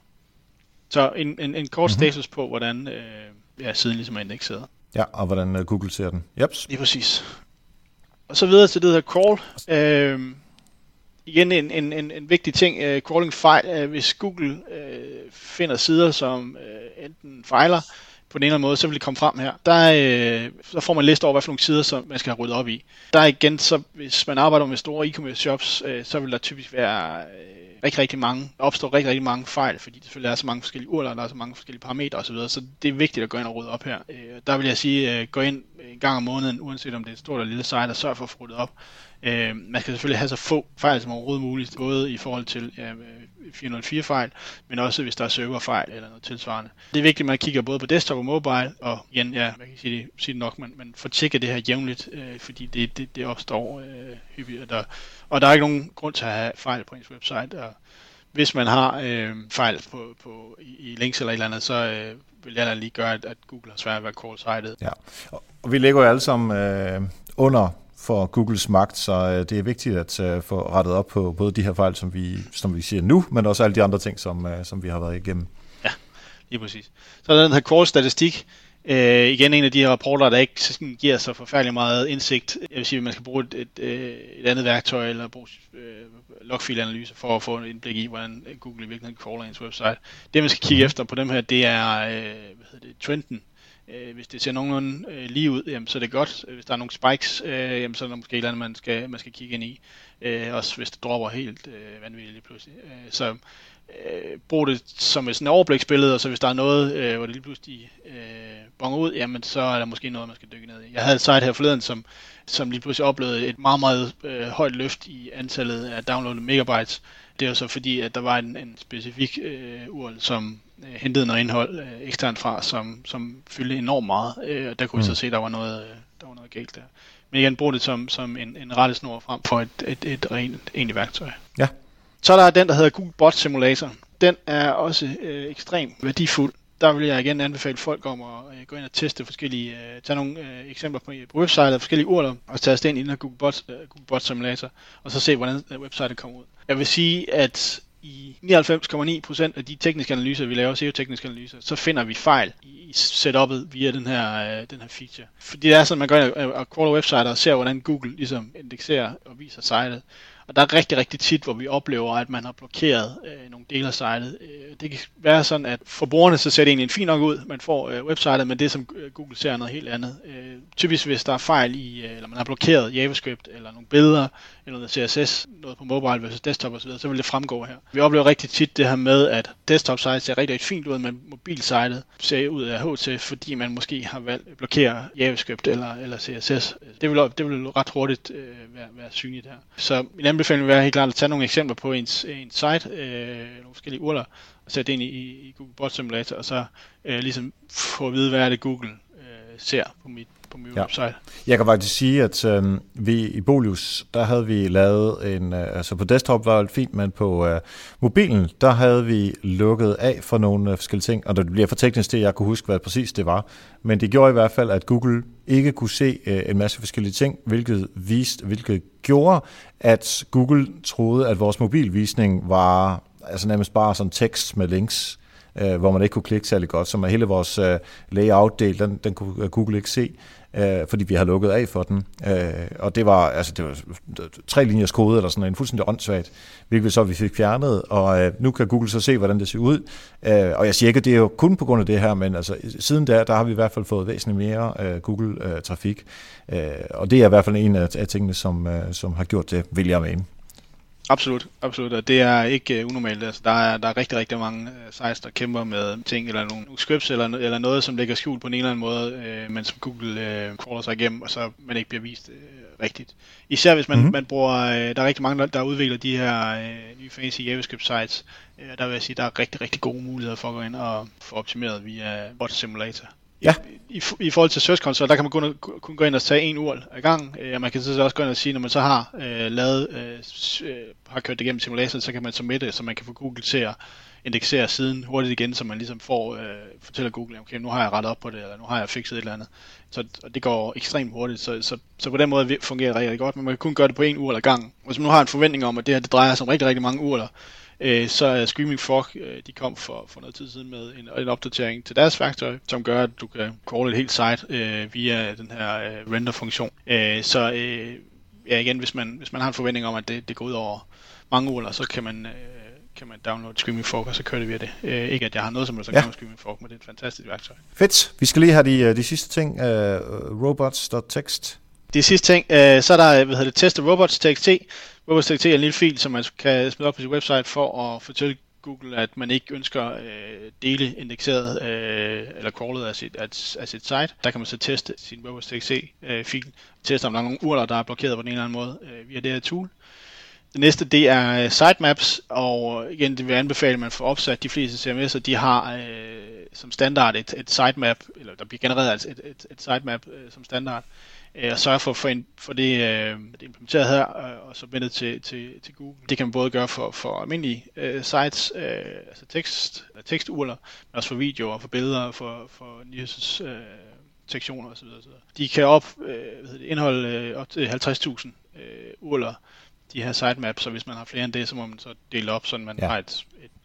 Så en, en, en kort mm-hmm. status på, hvordan øh, ja, siden ligesom er indekseret. Ja, og hvordan uh, Google ser den. Jeps. Lige præcis. Og så videre til det her crawl. Øh, igen en, en, en, en vigtig ting, uh, crawling fejl. Uh, hvis Google uh, finder sider, som uh, enten fejler på den ene eller anden måde, så vil det komme frem her. Der øh, så får man en liste over, hvad for nogle sider, som man skal have ryddet op i. Der igen, så hvis man arbejder med store e-commerce shops, øh, så vil der typisk være øh, rigtig, rigtig mange, opstår rigtig, rigtig mange fejl, fordi der selvfølgelig er så mange forskellige urler, der er så mange forskellige parametre osv., så det er vigtigt at gå ind og rydde op her. Øh, der vil jeg sige, øh, gå ind en gang om måneden, uanset om det er et stort eller lille site, og sørg for at få ryddet op. Øh, man skal selvfølgelig have så få fejl som overhovedet muligt, både i forhold til ja, fire nul fire fejl, men også hvis der er serverfejl eller noget tilsvarende. Det er vigtigt, at man kigger både på desktop og mobile, og igen, ja, man kan sige det, sige det nok, men, men få tjekket det her jævnligt, øh, fordi det, det, det opstår øh, hyppigt, og der, og der er ikke nogen grund til at have fejl på ens website, og hvis man har øh, fejl på, på, i, i links eller et eller andet, så øh, vil jeg lige gøre, at, at Google har svært ved at crawl-sitet. Ja, og vi ligger jo alle sammen øh, under for Googles magt, så øh, det er vigtigt at øh, få rettet op på både de her fejl, som vi, som vi siger nu, men også alle de andre ting, som, øh, som vi har været igennem. Ja, lige præcis. Så er der den her crawl-statistik. Øh, igen en af de her rapporter, der ikke sådan giver så forfærdelig meget indsigt. Jeg vil sige, at man skal bruge et, et, et andet værktøj eller bruge øh, logfilanalyse for at få et indblik i, hvordan Google i virkeligheden crawler ens website. Det man skal kigge efter på dem her, det er øh, hvad hedder det, trenden. Øh, hvis det ser nogenlunde øh, lige ud, jamen, så er det godt. Hvis der er nogle spikes, øh, jamen, så er der måske et eller andet, man skal, man skal kigge ind i. Øh, også hvis det dropper helt øh, vanvittigt lige pludselig. Øh, så øh, brug det som et sådan overbliksbillede, og så hvis der er noget, øh, hvor det lige pludselig øh, bonger ud, jamen så er der måske noget, man skal dykke ned i. Jeg havde et site her forleden, som, som lige pludselig oplevede et meget, meget øh, højt løft i antallet af downloadede megabytes. Det er jo så fordi, at der var en, en specifik øh, U R L, som øh, hentede noget indhold øh, eksternt fra, som, som fyldte enormt meget. Øh, og der kunne vi mm. så se, at der var noget, øh, der var noget galt der. Men igen, brug det som, som en, en rettesnor frem for et, et, et rent egentlig værktøj. Ja. Så er der den, der hedder Google Bot Simulator. Den er også øh, ekstremt værdifuld. Der vil jeg igen anbefale folk om at øh, gå ind og teste forskellige, øh, tage nogle øh, eksempler på, på websitet, forskellige U R L'er, og tage ind i den her Google Bot, øh, Google Bot Simulator, og så se, hvordan øh, websitet kommer ud. Jeg vil sige, at i nioghalvfems komma ni procent af de tekniske analyser, vi laver, S E O-tekniske analyser, så finder vi fejl i setup'et via den her, øh, den her feature. Fordi det er sådan, at man går ind og, og crawler websitet og ser, hvordan Google ligesom indekserer og viser sitet. Og der er rigtig, rigtig tit, hvor vi oplever, at man har blokeret øh, nogle dele af sitet. Øh, det kan være sådan, at for brugerne så ser det egentlig fint nok ud, man får øh, websitet, men det som Google ser er noget helt andet. Øh, typisk hvis der er fejl i, øh, eller man har blokeret JavaScript, eller nogle billeder, eller noget C S S, noget på mobile versus desktop osv., så vil det fremgå her. Vi oplever rigtig tit det her med, at desktop-sitet ser rigtig, rigtig fint ud, men mobilsitet ser ud af H T, fordi man måske har valgt at blokere JavaScript eller, eller C S S. Det vil, det vil ret hurtigt øh, være, være synligt her. Så min anbefaling vil være helt klart at tage nogle eksempler på ens, ens site, øh, nogle forskellige urler, og sætte det ind i, i Google Bot Simulator, og så øh, ligesom få at vide, hvad er det Google øh, ser på mit, på mit ja. website. Jeg kan faktisk sige, at øh, vi i Bolius, der havde vi lavet en, øh, altså på desktop var det fint, men på øh, mobilen, der havde vi lukket af for nogle øh, forskellige ting, og det bliver for teknisk det, jeg kunne huske, hvad præcis det var. Men det gjorde i hvert fald, at Google ikke kunne se øh, en masse forskellige ting, hvilket viste, hvilket gjorde, at Google troede, at vores mobilvisning var altså nærmest bare sådan tekst med links, øh, hvor man ikke kunne klikke særlig godt, så hele vores øh, layout-del, den, den kunne Google ikke se, øh, fordi vi har lukket af for den. Øh, og det var, altså, det var tre linjers kode, eller sådan en fuldstændig åndssvagt, hvilket så vi fik fjernet, og øh, nu kan Google så se, hvordan det ser ud. Øh, og jeg siger ikke, at det er jo kun på grund af det her, men altså, siden der, der har vi i hvert fald fået væsentligt mere øh, Google-trafik. Øh, og det er i hvert fald en af, af tingene, som, øh, som har gjort det, vil jeg mene. Absolut, absolut, og det er ikke uh, unormalt. Altså, der, er, der er rigtig, rigtig mange uh, sites, der kæmper med ting, eller nogle, nogle scripts, eller, eller noget, som ligger skjult på en eller anden måde, uh, men som Google uh, crawler sig igennem, og så man ikke bliver vist uh, rigtigt. Især hvis man, mm-hmm. man bruger, uh, der er rigtig mange, der udvikler de her uh, nye fancy JavaScript sites, uh, der vil jeg sige, der er rigtig, rigtig gode muligheder for at gå ind og få optimeret via Bot Simulator. Ja. I, i, I forhold til Search Console, der kan man kun, kun gå ind og tage en U R L ad gang, og man kan så også gå ind og sige, når man så har øh, lavet, øh, har kørt det igennem simulatoren, så kan man submitte det, så man kan få Google til at indeksere siden hurtigt igen, så man ligesom får, øh, fortæller Google, okay, nu har jeg rettet op på det, eller nu har jeg fikset et eller andet. Så og det går ekstremt hurtigt, så, så, så på den måde fungerer det rigtig godt, men man kan kun gøre det på en U R L ad gang. Hvis man nu har en forventning om, at det her det drejer sig om rigtig, rigtig mange U R L'er, så er Screaming Frog, de kom for, for noget tid siden med en, en opdatering til deres værktøj, som gør, at du kan crawle et helt site øh, via den her øh, render-funktion. Øh, så øh, ja, igen, hvis man, hvis man har en forventning om, at det, det går ud over mange U R L'er, så kan man, øh, kan man downloade Screaming Frog, og så kører det via det. Øh, ikke at jeg har noget som helst at gøre med Screaming Frog, men det er et fantastisk værktøj. Fedt. Vi skal lige have de, de sidste ting. Uh, robots dot t x t. De sidste ting, øh, så er der, hvad hedder det, test robots dot t x t. robots dot t x t er en lille fil, som man kan smide op på sit website for at fortælle Google, at man ikke ønsker øh, dele indekseret øh, eller crawlet af sit, af, af sit site. Der kan man så teste sin robots dot t x t-fil, øh, teste om der er nogle U R L'er, der er blokeret på den ene eller anden måde øh, via det her tool. Det næste, det er sitemaps, og igen, det vil jeg anbefale, at man får opsat de fleste C M S'er, de har øh, som standard et, et sitemap, eller der bliver genereret et, et, et sitemap øh, som standard, øh, og sørge for, for, en, for det, øh, det implementeret her, øh, og så vendet til, til, til Google. Det kan man både gøre for, for almindelige øh, sites, øh, altså tekst, teksturler, men også for videoer, for billeder, for, for nyheds øh, sektioner osv. osv. De kan op, øh, hvad hedder det, indeholde øh, op til halvtreds tusind øh, urler, de her sitemaps, så hvis man har flere end det, så må man så dele op, så man ja. har et, et, et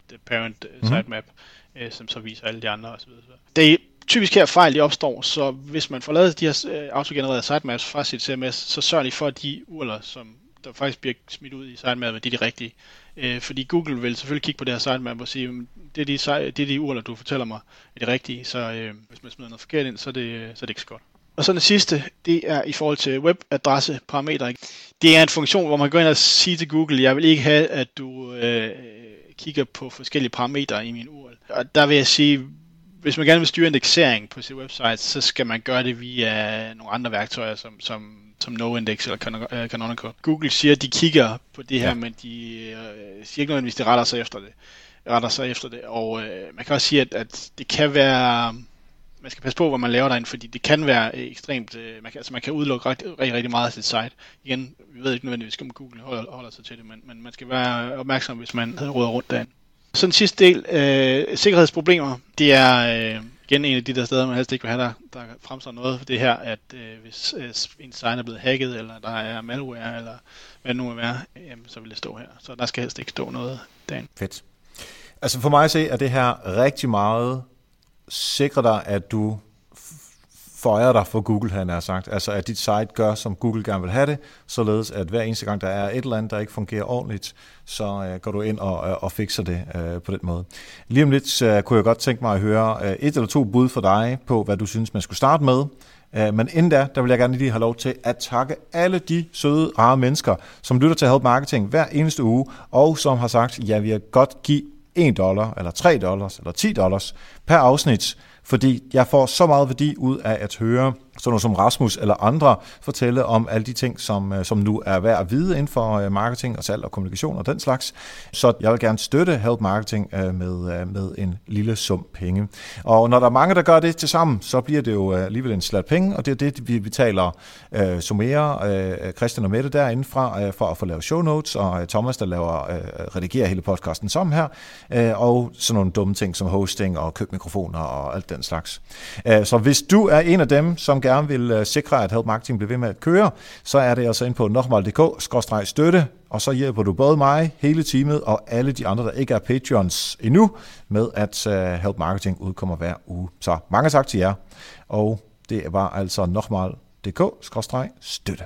parent sitemap, mm. øh, som så viser alle de andre osv. Det er typisk her fejl, de opstår, så hvis man får lavet de her øh, autogenererede sitemaps fra sit C M S, så sørg lige for, at de urler, som der faktisk bliver smidt ud i sitemapet, det er de rigtige. Øh, fordi Google vil selvfølgelig kigge på det her sitemap og sige, det er de, det er de urler, du fortæller mig, er de rigtige, så øh, hvis man smider noget forkert ind, så er det, så er det ikke så godt. Og så det sidste, det er i forhold til webadresseparametre. Det er en funktion, hvor man går ind og siger til Google, jeg vil ikke have, at du øh, kigger på forskellige parametre i min U R L. Og der vil jeg sige, hvis man gerne vil styre indeksering på sit website, så skal man gøre det via nogle andre værktøjer, som, som, som NoIndex eller Canonical. Google siger, at de kigger på det her, ja. men de øh, siger ikke nødvendigvis, de retter sig efter det. Retter sig efter det. Og øh, man kan også sige, at, at det kan være... Man skal passe på, hvad man laver derinde, fordi det kan være ekstremt... Øh, man, kan, altså man kan udelukke rigtig, rigtig, rigtig meget af sit site. Igen, vi ved ikke nødvendigvis, om Google holder, holder sig til det, men, men man skal være opmærksom, hvis man råder rundt derinde. Så den sidste del, øh, sikkerhedsproblemer, det er øh, igen en af de der steder, man helst ikke vil have, der, der fremstår noget for det her, at øh, hvis øh, en site er blevet hacket, eller der er malware, eller hvad det nu vil være, jamen, så vil det stå her. Så der skal helst ikke stå noget derinde. Fedt. Altså for mig at se, er det her rigtig meget sikre dig, at du føjer dig for Google, han har sagt. Altså at dit site gør, som Google gerne vil have det, således at hver eneste gang, der er et eller andet, der ikke fungerer ordentligt, så uh, går du ind og, uh, og fikser det uh, på den måde. Lige om lidt uh, kunne jeg godt tænke mig at høre uh, et eller to bud for dig på, hvad du synes, man skulle starte med. Uh, men inden da, der vil jeg gerne lige have lov til at takke alle de søde, rare mennesker, som lytter til Help Marketing hver eneste uge, og som har sagt, ja, vi vil godt give en dollar, eller tre dollars, eller ti dollars per afsnit, fordi jeg får så meget værdi ud af at høre sådan noget som Rasmus eller andre fortælle om alle de ting, som, som nu er værd at vide inden for marketing og salg og kommunikation og den slags. Så jeg vil gerne støtte Help Marketing med, med en lille sum penge. Og når der er mange, der gør det til sammen, så bliver det jo alligevel en slat penge, og det er det, vi betaler uh, Sumera, uh, Christian og Mette derindefra uh, for at få lavet show notes, og uh, Thomas, der laver, uh, redigerer hele podcasten sammen her, uh, og sådan nogle dumme ting som hosting og købmikrofoner og alt den slags. Uh, så hvis du er en af dem, som gerne vil sikre, at Help Marketing bliver ved med at køre, så er det altså ind på nokmal punktum d k skråstreg støtte, og så hjælper du både mig, hele teamet og alle de andre, der ikke er Patreons endnu, med at Help Marketing udkommer hver uge. Så mange tak til jer, og det var altså nokmal punktum d k skråstreg støtte.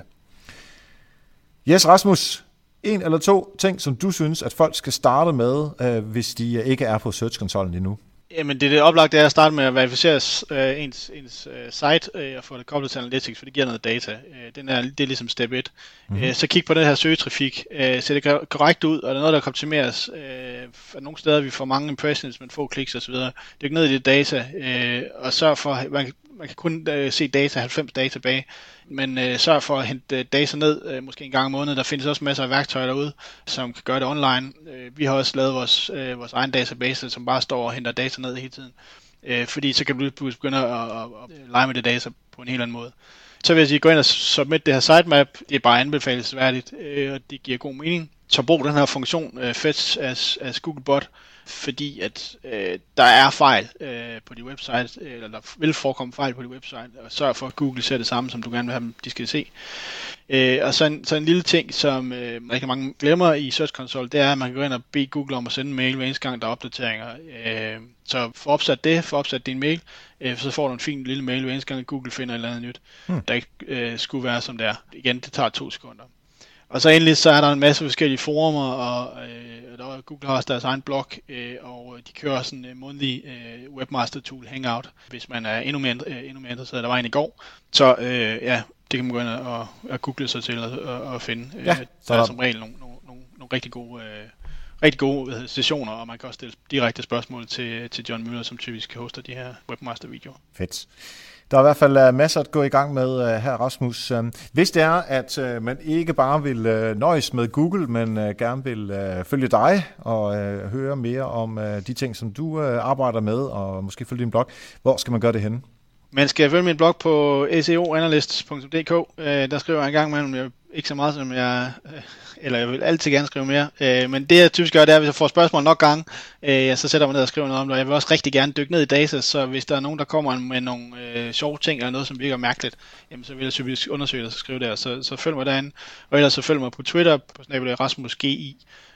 Yes, Rasmus, en eller to ting, som du synes, at folk skal starte med, hvis de ikke er på Search-konsollen endnu. Jamen det er det oplagte er at starte med at verificere øh, ens, ens øh, site øh, og få det koblet til Analytics, for det giver noget data. Øh, den er, det er ligesom step et. Mm-hmm. Øh, så kig på den her søgetrafik. Øh, ser det korrekt ud, og er der noget, der kan optimeres? Øh, nogle steder vi får mange impressions, men få kliks osv. Det er ikke ned i det data, øh, og sørg for, man, man kan kun øh, se data, halvfems dage tilbage, men øh, sørg for at hente data ned, øh, måske en gang om måneden. Der findes også masser af værktøjer derude, som kan gøre det online. Øh, vi har også lavet vores, øh, vores egen database, som bare står og henter data ned hele tiden. Øh, fordi så kan du begynde at, at, at lege med det data på en helt anden måde. Så vil jeg sige, gå ind og submit det her sitemap. Det er bare anbefalesværdigt, øh, og det giver god mening. Så brug den her funktion, øh, fetch as, as Googlebot, fordi at øh, der er fejl øh, på dit website, eller der vil forekomme fejl på dit website, og sørg for, at Google ser det samme, som du gerne vil have dem, de skal se. Øh, og så en, så en lille ting, som øh, rigtig mange glemmer i Search Console, det er, at man kan gå ind og bede Google om at sende en mail hver eneste gang, der er opdateringer. Øh, så få opsat det, få opsat din mail, øh, så får du en fin lille mail hver eneste gang, Google finder et eller andet nyt, hmm. der ikke øh, skulle være som det er. Igen, det tager to sekunder. Og så endelig så er der en masse forskellige forumer, og øh, der, Google har også deres egen blog, øh, og de kører sådan en månedlig øh, webmaster tool Hangout, hvis man er endnu mere, øh, endnu mere interesseret. Der var en i går, så øh, ja, det kan man gå ind og, og google sig til og, og, og finde. Ja, der er som regel nogle, nogle, nogle, nogle rigtig gode, øh, rigtig gode sessioner, og man kan også stille direkte spørgsmål til, til John Müller, som typisk hoster de her webmaster-videoer. Fedt. Der er i hvert fald masser at gå i gang med her, Rasmus. Hvis det er, at man ikke bare vil nøjes med Google, men gerne vil følge dig og høre mere om de ting, som du arbejder med, og måske følge din blog, hvor skal man gøre det henne? Man skal følge min blog på s e o analyst punktum d k. Der skriver jeg en gang imellem, ikke så meget som jeg, eller jeg vil altid gerne skrive mere, men det jeg typisk gør, det er, hvis jeg får spørgsmål nok gange, så sætter jeg mig ned og skriver noget om det, og jeg vil også rigtig gerne dykke ned i data, så hvis der er nogen, der kommer med nogle øh, sjove ting, eller noget, som virker mærkeligt, jamen, så vil jeg typisk undersøge det og skrive der, så, så følg mig derinde, og ellers så følg mig på Twitter, på snabel-a rasmus g i,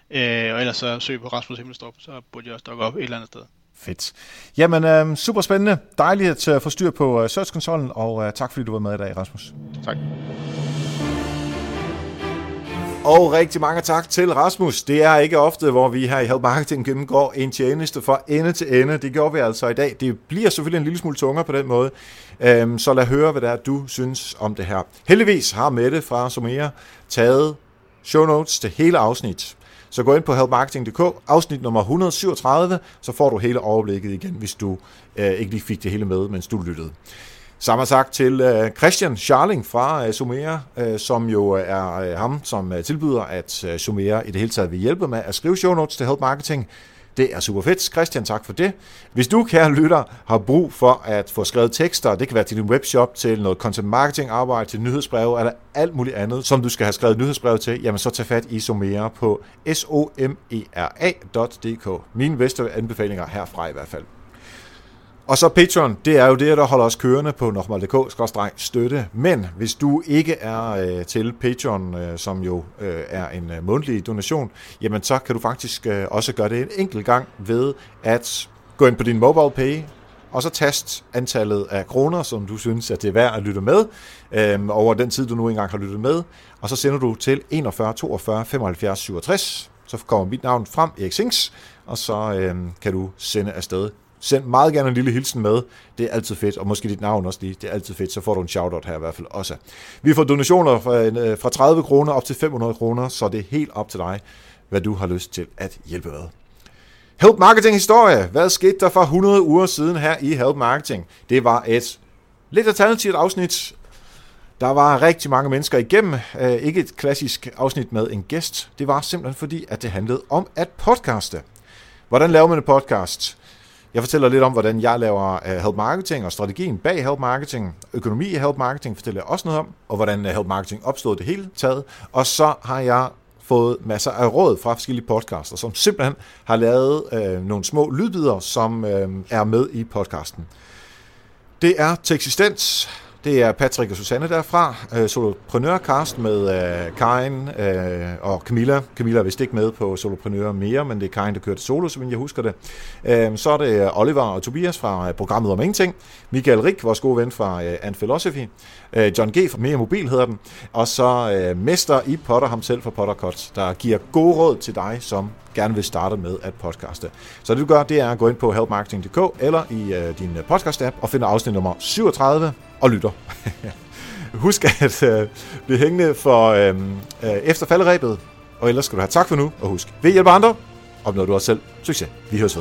Øh, og ellers så søg på Rasmus Himmelstrup, så burde jeg også dukke op et eller andet sted. Fedt. Jamen, øh, super spændende. Dejligt at få styr på uh, Search-konsollen, og uh, tak fordi du var med i dag, Rasmus. Tak. Og rigtig mange tak til Rasmus. Det er ikke ofte, hvor vi her i Help Marketing gennemgår en tjeneste fra ende til ende. Det gjorde vi altså i dag. Det bliver selvfølgelig en lille smule tungere på den måde. Øhm, så lad høre, hvad det er, du synes om det her. Heldigvis har Mette fra Somera taget show notes til hele afsnit. Så gå ind på help marketing punktum d k, afsnit nummer et hundrede syvogtredive, så får du hele overblikket igen, hvis du øh, ikke lige fik det hele med, mens du lyttede. Samme sagt til øh, Christian Scharling fra øh, Somera, øh, som jo er øh, ham, som øh, tilbyder, at øh, Somera i det hele taget vil hjælpe med at skrive show notes til Help Marketing. Det er super fedt. Christian, tak for det. Hvis du, kære lytter, har brug for at få skrevet tekster, det kan være til din webshop, til noget content marketing arbejde, til nyhedsbreve eller alt muligt andet, som du skal have skrevet nyhedsbreve til, jamen så tag fat i Somera på somera punktum d k. Mine bedste anbefalinger herfra i hvert fald. Og så Patreon, det er jo det, der holder os kørende på nokmal punktum d k skråstreg støtte. Men hvis du ikke er øh, til Patreon, øh, som jo øh, er en øh, månedlig donation, jamen så kan du faktisk øh, også gøre det en enkelt gang ved at gå ind på din MobilePay, og så tast antallet af kroner, som du synes, at det er værd at lytte med, øh, over den tid, du nu engang har lyttet med, og så sender du til enogfyrre toogfyrre femoghalvfjerds syvogtres, så kommer mit navn frem, Erik Sings, og så øh, kan du sende afsted. Send meget gerne en lille hilsen med. Det er altid fedt, og måske dit navn også lige. Det er altid fedt, så får du en shoutout her i hvert fald også. Vi får donationer fra, fra tredive kroner op til fem hundrede kroner, så det er helt op til dig, hvad du har lyst til at hjælpe med. Help Marketing historie. Hvad skete der for hundrede uger siden her i Help Marketing? Det var et lidt alternativt afsnit. Der var rigtig mange mennesker igennem. Ikke et klassisk afsnit med en gæst. Det var simpelthen fordi, at det handlede om at podcaste. Hvordan laver man en podcast? Jeg fortæller lidt om, hvordan jeg laver Help Marketing og strategien bag Help Marketing. Økonomi i Help Marketing fortæller jeg også noget om, og hvordan Help Marketing opstod det hele taget. Og så har jeg fået masser af råd fra forskellige podcaster, som simpelthen har lavet øh, nogle små lydbidder, som øh, er med i podcasten. Det er til eksistens. Det er Patrick og Susanne derfra, øh, Soloprenørcast med øh, Karin øh, og Camilla. Camilla er vist ikke med på Soloprenør mere, men det er Karin, der kører det solo, som jeg husker det. Øh, så er det Oliver og Tobias fra øh, programmet om ingenting. Michael Rik, vores gode ven fra øh, And Philosophy. Øh, John G. fra Mere Mobil hedder den. Og så øh, mester i Potter, ham selv fra Pottercut, der giver gode råd til dig, som gerne vil starte med at podcaste. Så det du gør, det er at gå ind på help marketing punktum d k eller i øh, din podcast-app og finde afsnit nummer syvogtredive og lytter. Husk at øh, blive hængende for øh, øh, efter falderæbet, og ellers skal du have tak for nu, og husk, vil hjælpe andre, opnår du også selv succes. Vi høres ved.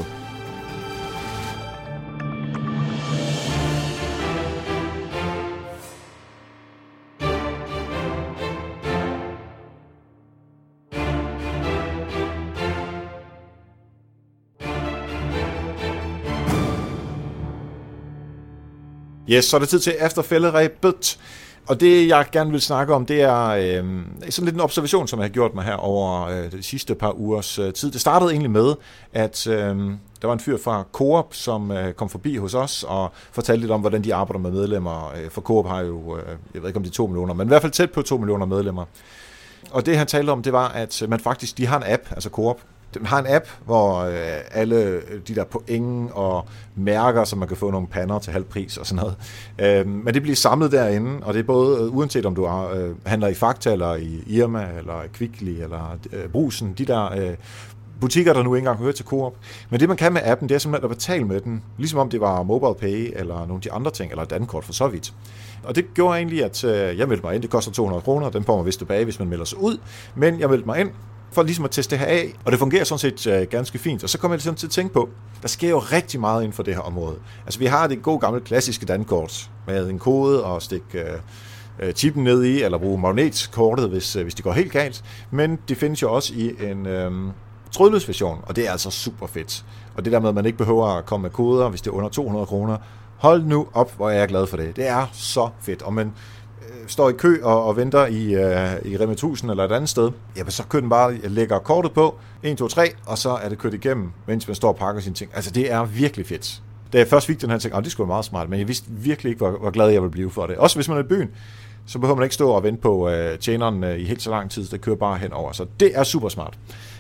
Yes, så er det tid til efter falderæbet. Og det, jeg gerne vil snakke om, det er øh, sådan lidt en observation, som jeg har gjort mig her over øh, de sidste par ugers øh, tid. Det startede egentlig med, at øh, der var en fyr fra Coop, som øh, kom forbi hos os og fortalte lidt om, hvordan de arbejder med medlemmer. For Coop har jo, øh, jeg ved ikke om de er to millioner, men i hvert fald tæt på to millioner medlemmer. Og det, han talte om, det var, at man faktisk, de har en app, altså Coop. Den har en app, hvor øh, alle de der point og mærker, som man kan få nogle pander til halv pris og sådan noget. Øh, men det bliver samlet derinde, og det er både, øh, uanset om du er, øh, handler i Fakta, eller i Irma, eller i Kvickly, eller øh, Brugsen, de der øh, butikker, der nu ikke engang hører til Coop. Men det, man kan med appen, det er simpelthen at betale med den, ligesom om det var MobilePay, eller nogle af de andre ting, eller Dankort for så vidt. Og det gjorde egentlig, at øh, jeg meldte mig ind. Det koster to hundrede kroner, den får man vist tilbage, hvis man melder sig ud. Men jeg meldte mig ind, for ligesom at teste det her af, og det fungerer sådan set øh, ganske fint. Og så kommer jeg ligesom til at tænke på, der sker jo rigtig meget inden for det her område. Altså vi har det gode gamle klassiske Dankort med en kode og stikke øh, chippen ned i, eller bruge magnetkortet, hvis, øh, hvis det går helt galt. Men det findes jo også i en øh, trådløs version, og det er altså super fedt. Og det der med, at man ikke behøver at komme med koder, hvis det er under to hundrede kroner. Hold nu op, hvor jeg er glad for det. Det er så fedt, og man står i kø og, og venter i, uh, i Rema tusind eller et andet sted, jamen så kører den bare, lægger kortet på, en, to, tre, og så er det kørt igennem, mens man står og pakker sine ting. Altså det er virkelig fedt. Da jeg først fik den her ting, oh, det skulle være meget smart, men jeg vidste virkelig ikke, hvor, hvor glad jeg ville blive for det. Også hvis man er i byen, så behøver man ikke stå og vente på uh, tjeneren uh, i helt så lang tid, det kører bare henover. Så det er super smart.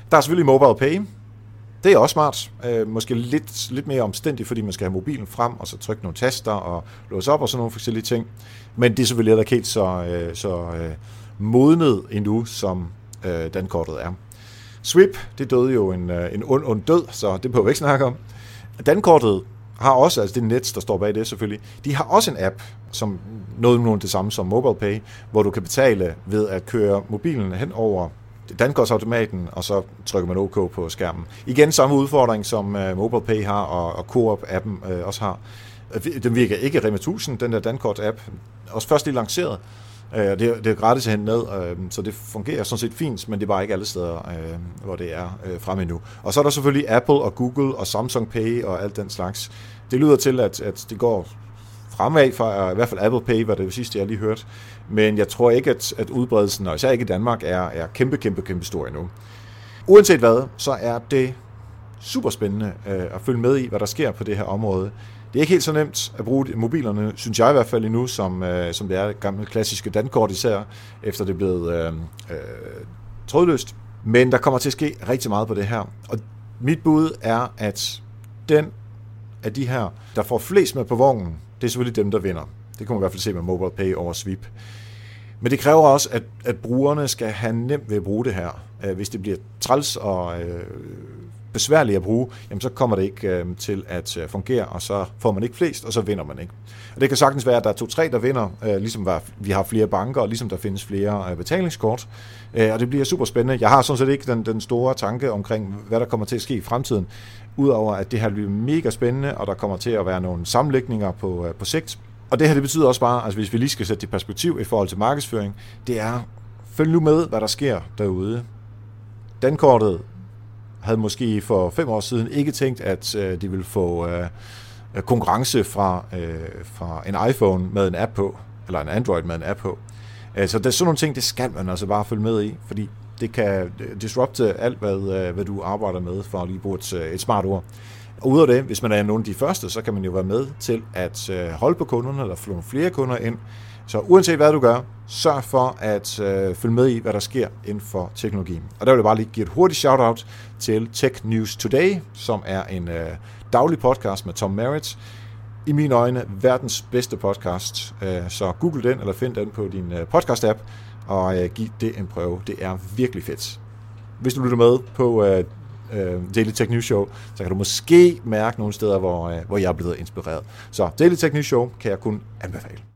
Der er selvfølgelig Mobile Pay. Det er også smart. Øh, måske lidt, lidt mere omstændigt, fordi man skal have mobilen frem, og så trykke nogle taster og låse op og sådan nogle forskellige ting. Men det er selvfølgelig ikke helt så, øh, så øh, modnet endnu, som øh, dankortet er. Swipe, det døde jo en, en ond, ond død, så det behøver vi ikke snakke om. Dankortet har også, altså det net, der står bag det selvfølgelig, de har også en app, som noget nogen det samme som MobilePay, hvor du kan betale ved at køre mobilen hen over dankortsautomaten, og så trykker man OK på skærmen. Igen samme udfordring, som uh, MobilePay har, og, og Coop-appen uh, også har. Den virker ikke Rema tusind, den der dankort-app. Også først lige lanceret. Uh, det, er, det er gratis at hente ned, uh, så det fungerer sådan set fint, men det er bare ikke alle steder, uh, hvor det er uh, fremme endnu. Og så er der selvfølgelig Apple og Google og Samsung Pay og alt den slags. Det lyder til, at, at det går fremad fra i hvert fald Apple Pay, var det sidste, jeg lige hørte. Men jeg tror ikke, at, at udbredelsen, og især ikke i Danmark, er, er kæmpe, kæmpe, kæmpe stor endnu. Uanset hvad, så er det super spændende øh, at følge med i, hvad der sker på det her område. Det er ikke helt så nemt at bruge mobilerne, synes jeg i hvert fald endnu, som, øh, som det er det gamle klassiske dankort især, efter det er blevet øh, øh, trådløst. Men der kommer til at ske rigtig meget på det her. Og mit bud er, at den af de her, der får flest med på vognen, det er selvfølgelig dem, der vinder. Det kan man i hvert fald se med MobilePay over Swipe. Men det kræver også, at, at brugerne skal have nemt ved at bruge det her. Hvis det bliver træls og øh, besværligt at bruge, jamen så kommer det ikke øh, til at fungere, og så får man ikke flest, og så vinder man ikke. Og det kan sagtens være, at der er to-tre, der vinder, øh, ligesom vi har flere banker, og ligesom der findes flere øh, betalingskort. Øh, og det bliver super spændende. Jeg har sådan set ikke den, den store tanke omkring, hvad der kommer til at ske i fremtiden, udover at det her bliver mega spændende, og der kommer til at være nogle sammenlægninger på, øh, på sigt. Og det her, det betyder også bare, altså hvis vi lige skal sætte det i perspektiv i forhold til markedsføring, det er, følg nu med, hvad der sker derude. Dankortet havde måske for fem år siden ikke tænkt, at øh, de ville få øh, konkurrence fra, øh, fra en iPhone med en app på, eller en Android med en app på. Øh, så det er sådan nogle ting, det skal man altså bare følge med i, fordi det kan disrupte alt, hvad, hvad du arbejder med, for at lige bruge et, et smart ord. Og ud af det, hvis man er nogle af de første, så kan man jo være med til at holde på kunderne, eller få nogle flere kunder ind. Så uanset hvad du gør, sørg for at øh, følge med i, hvad der sker inden for teknologien. Og der vil jeg bare lige give et hurtigt shout-out til Tech News Today, som er en øh, daglig podcast med Tom Merritt. I mine øjne verdens bedste podcast. Øh, så google den, eller find den på din øh, podcast-app, og øh, giv det en prøve. Det er virkelig fedt. Hvis du lytter med på øh, Daily Tech News Show, så kan du måske mærke nogle steder, hvor, øh, hvor jeg er blevet inspireret. Så Daily Tech News Show kan jeg kun anbefale.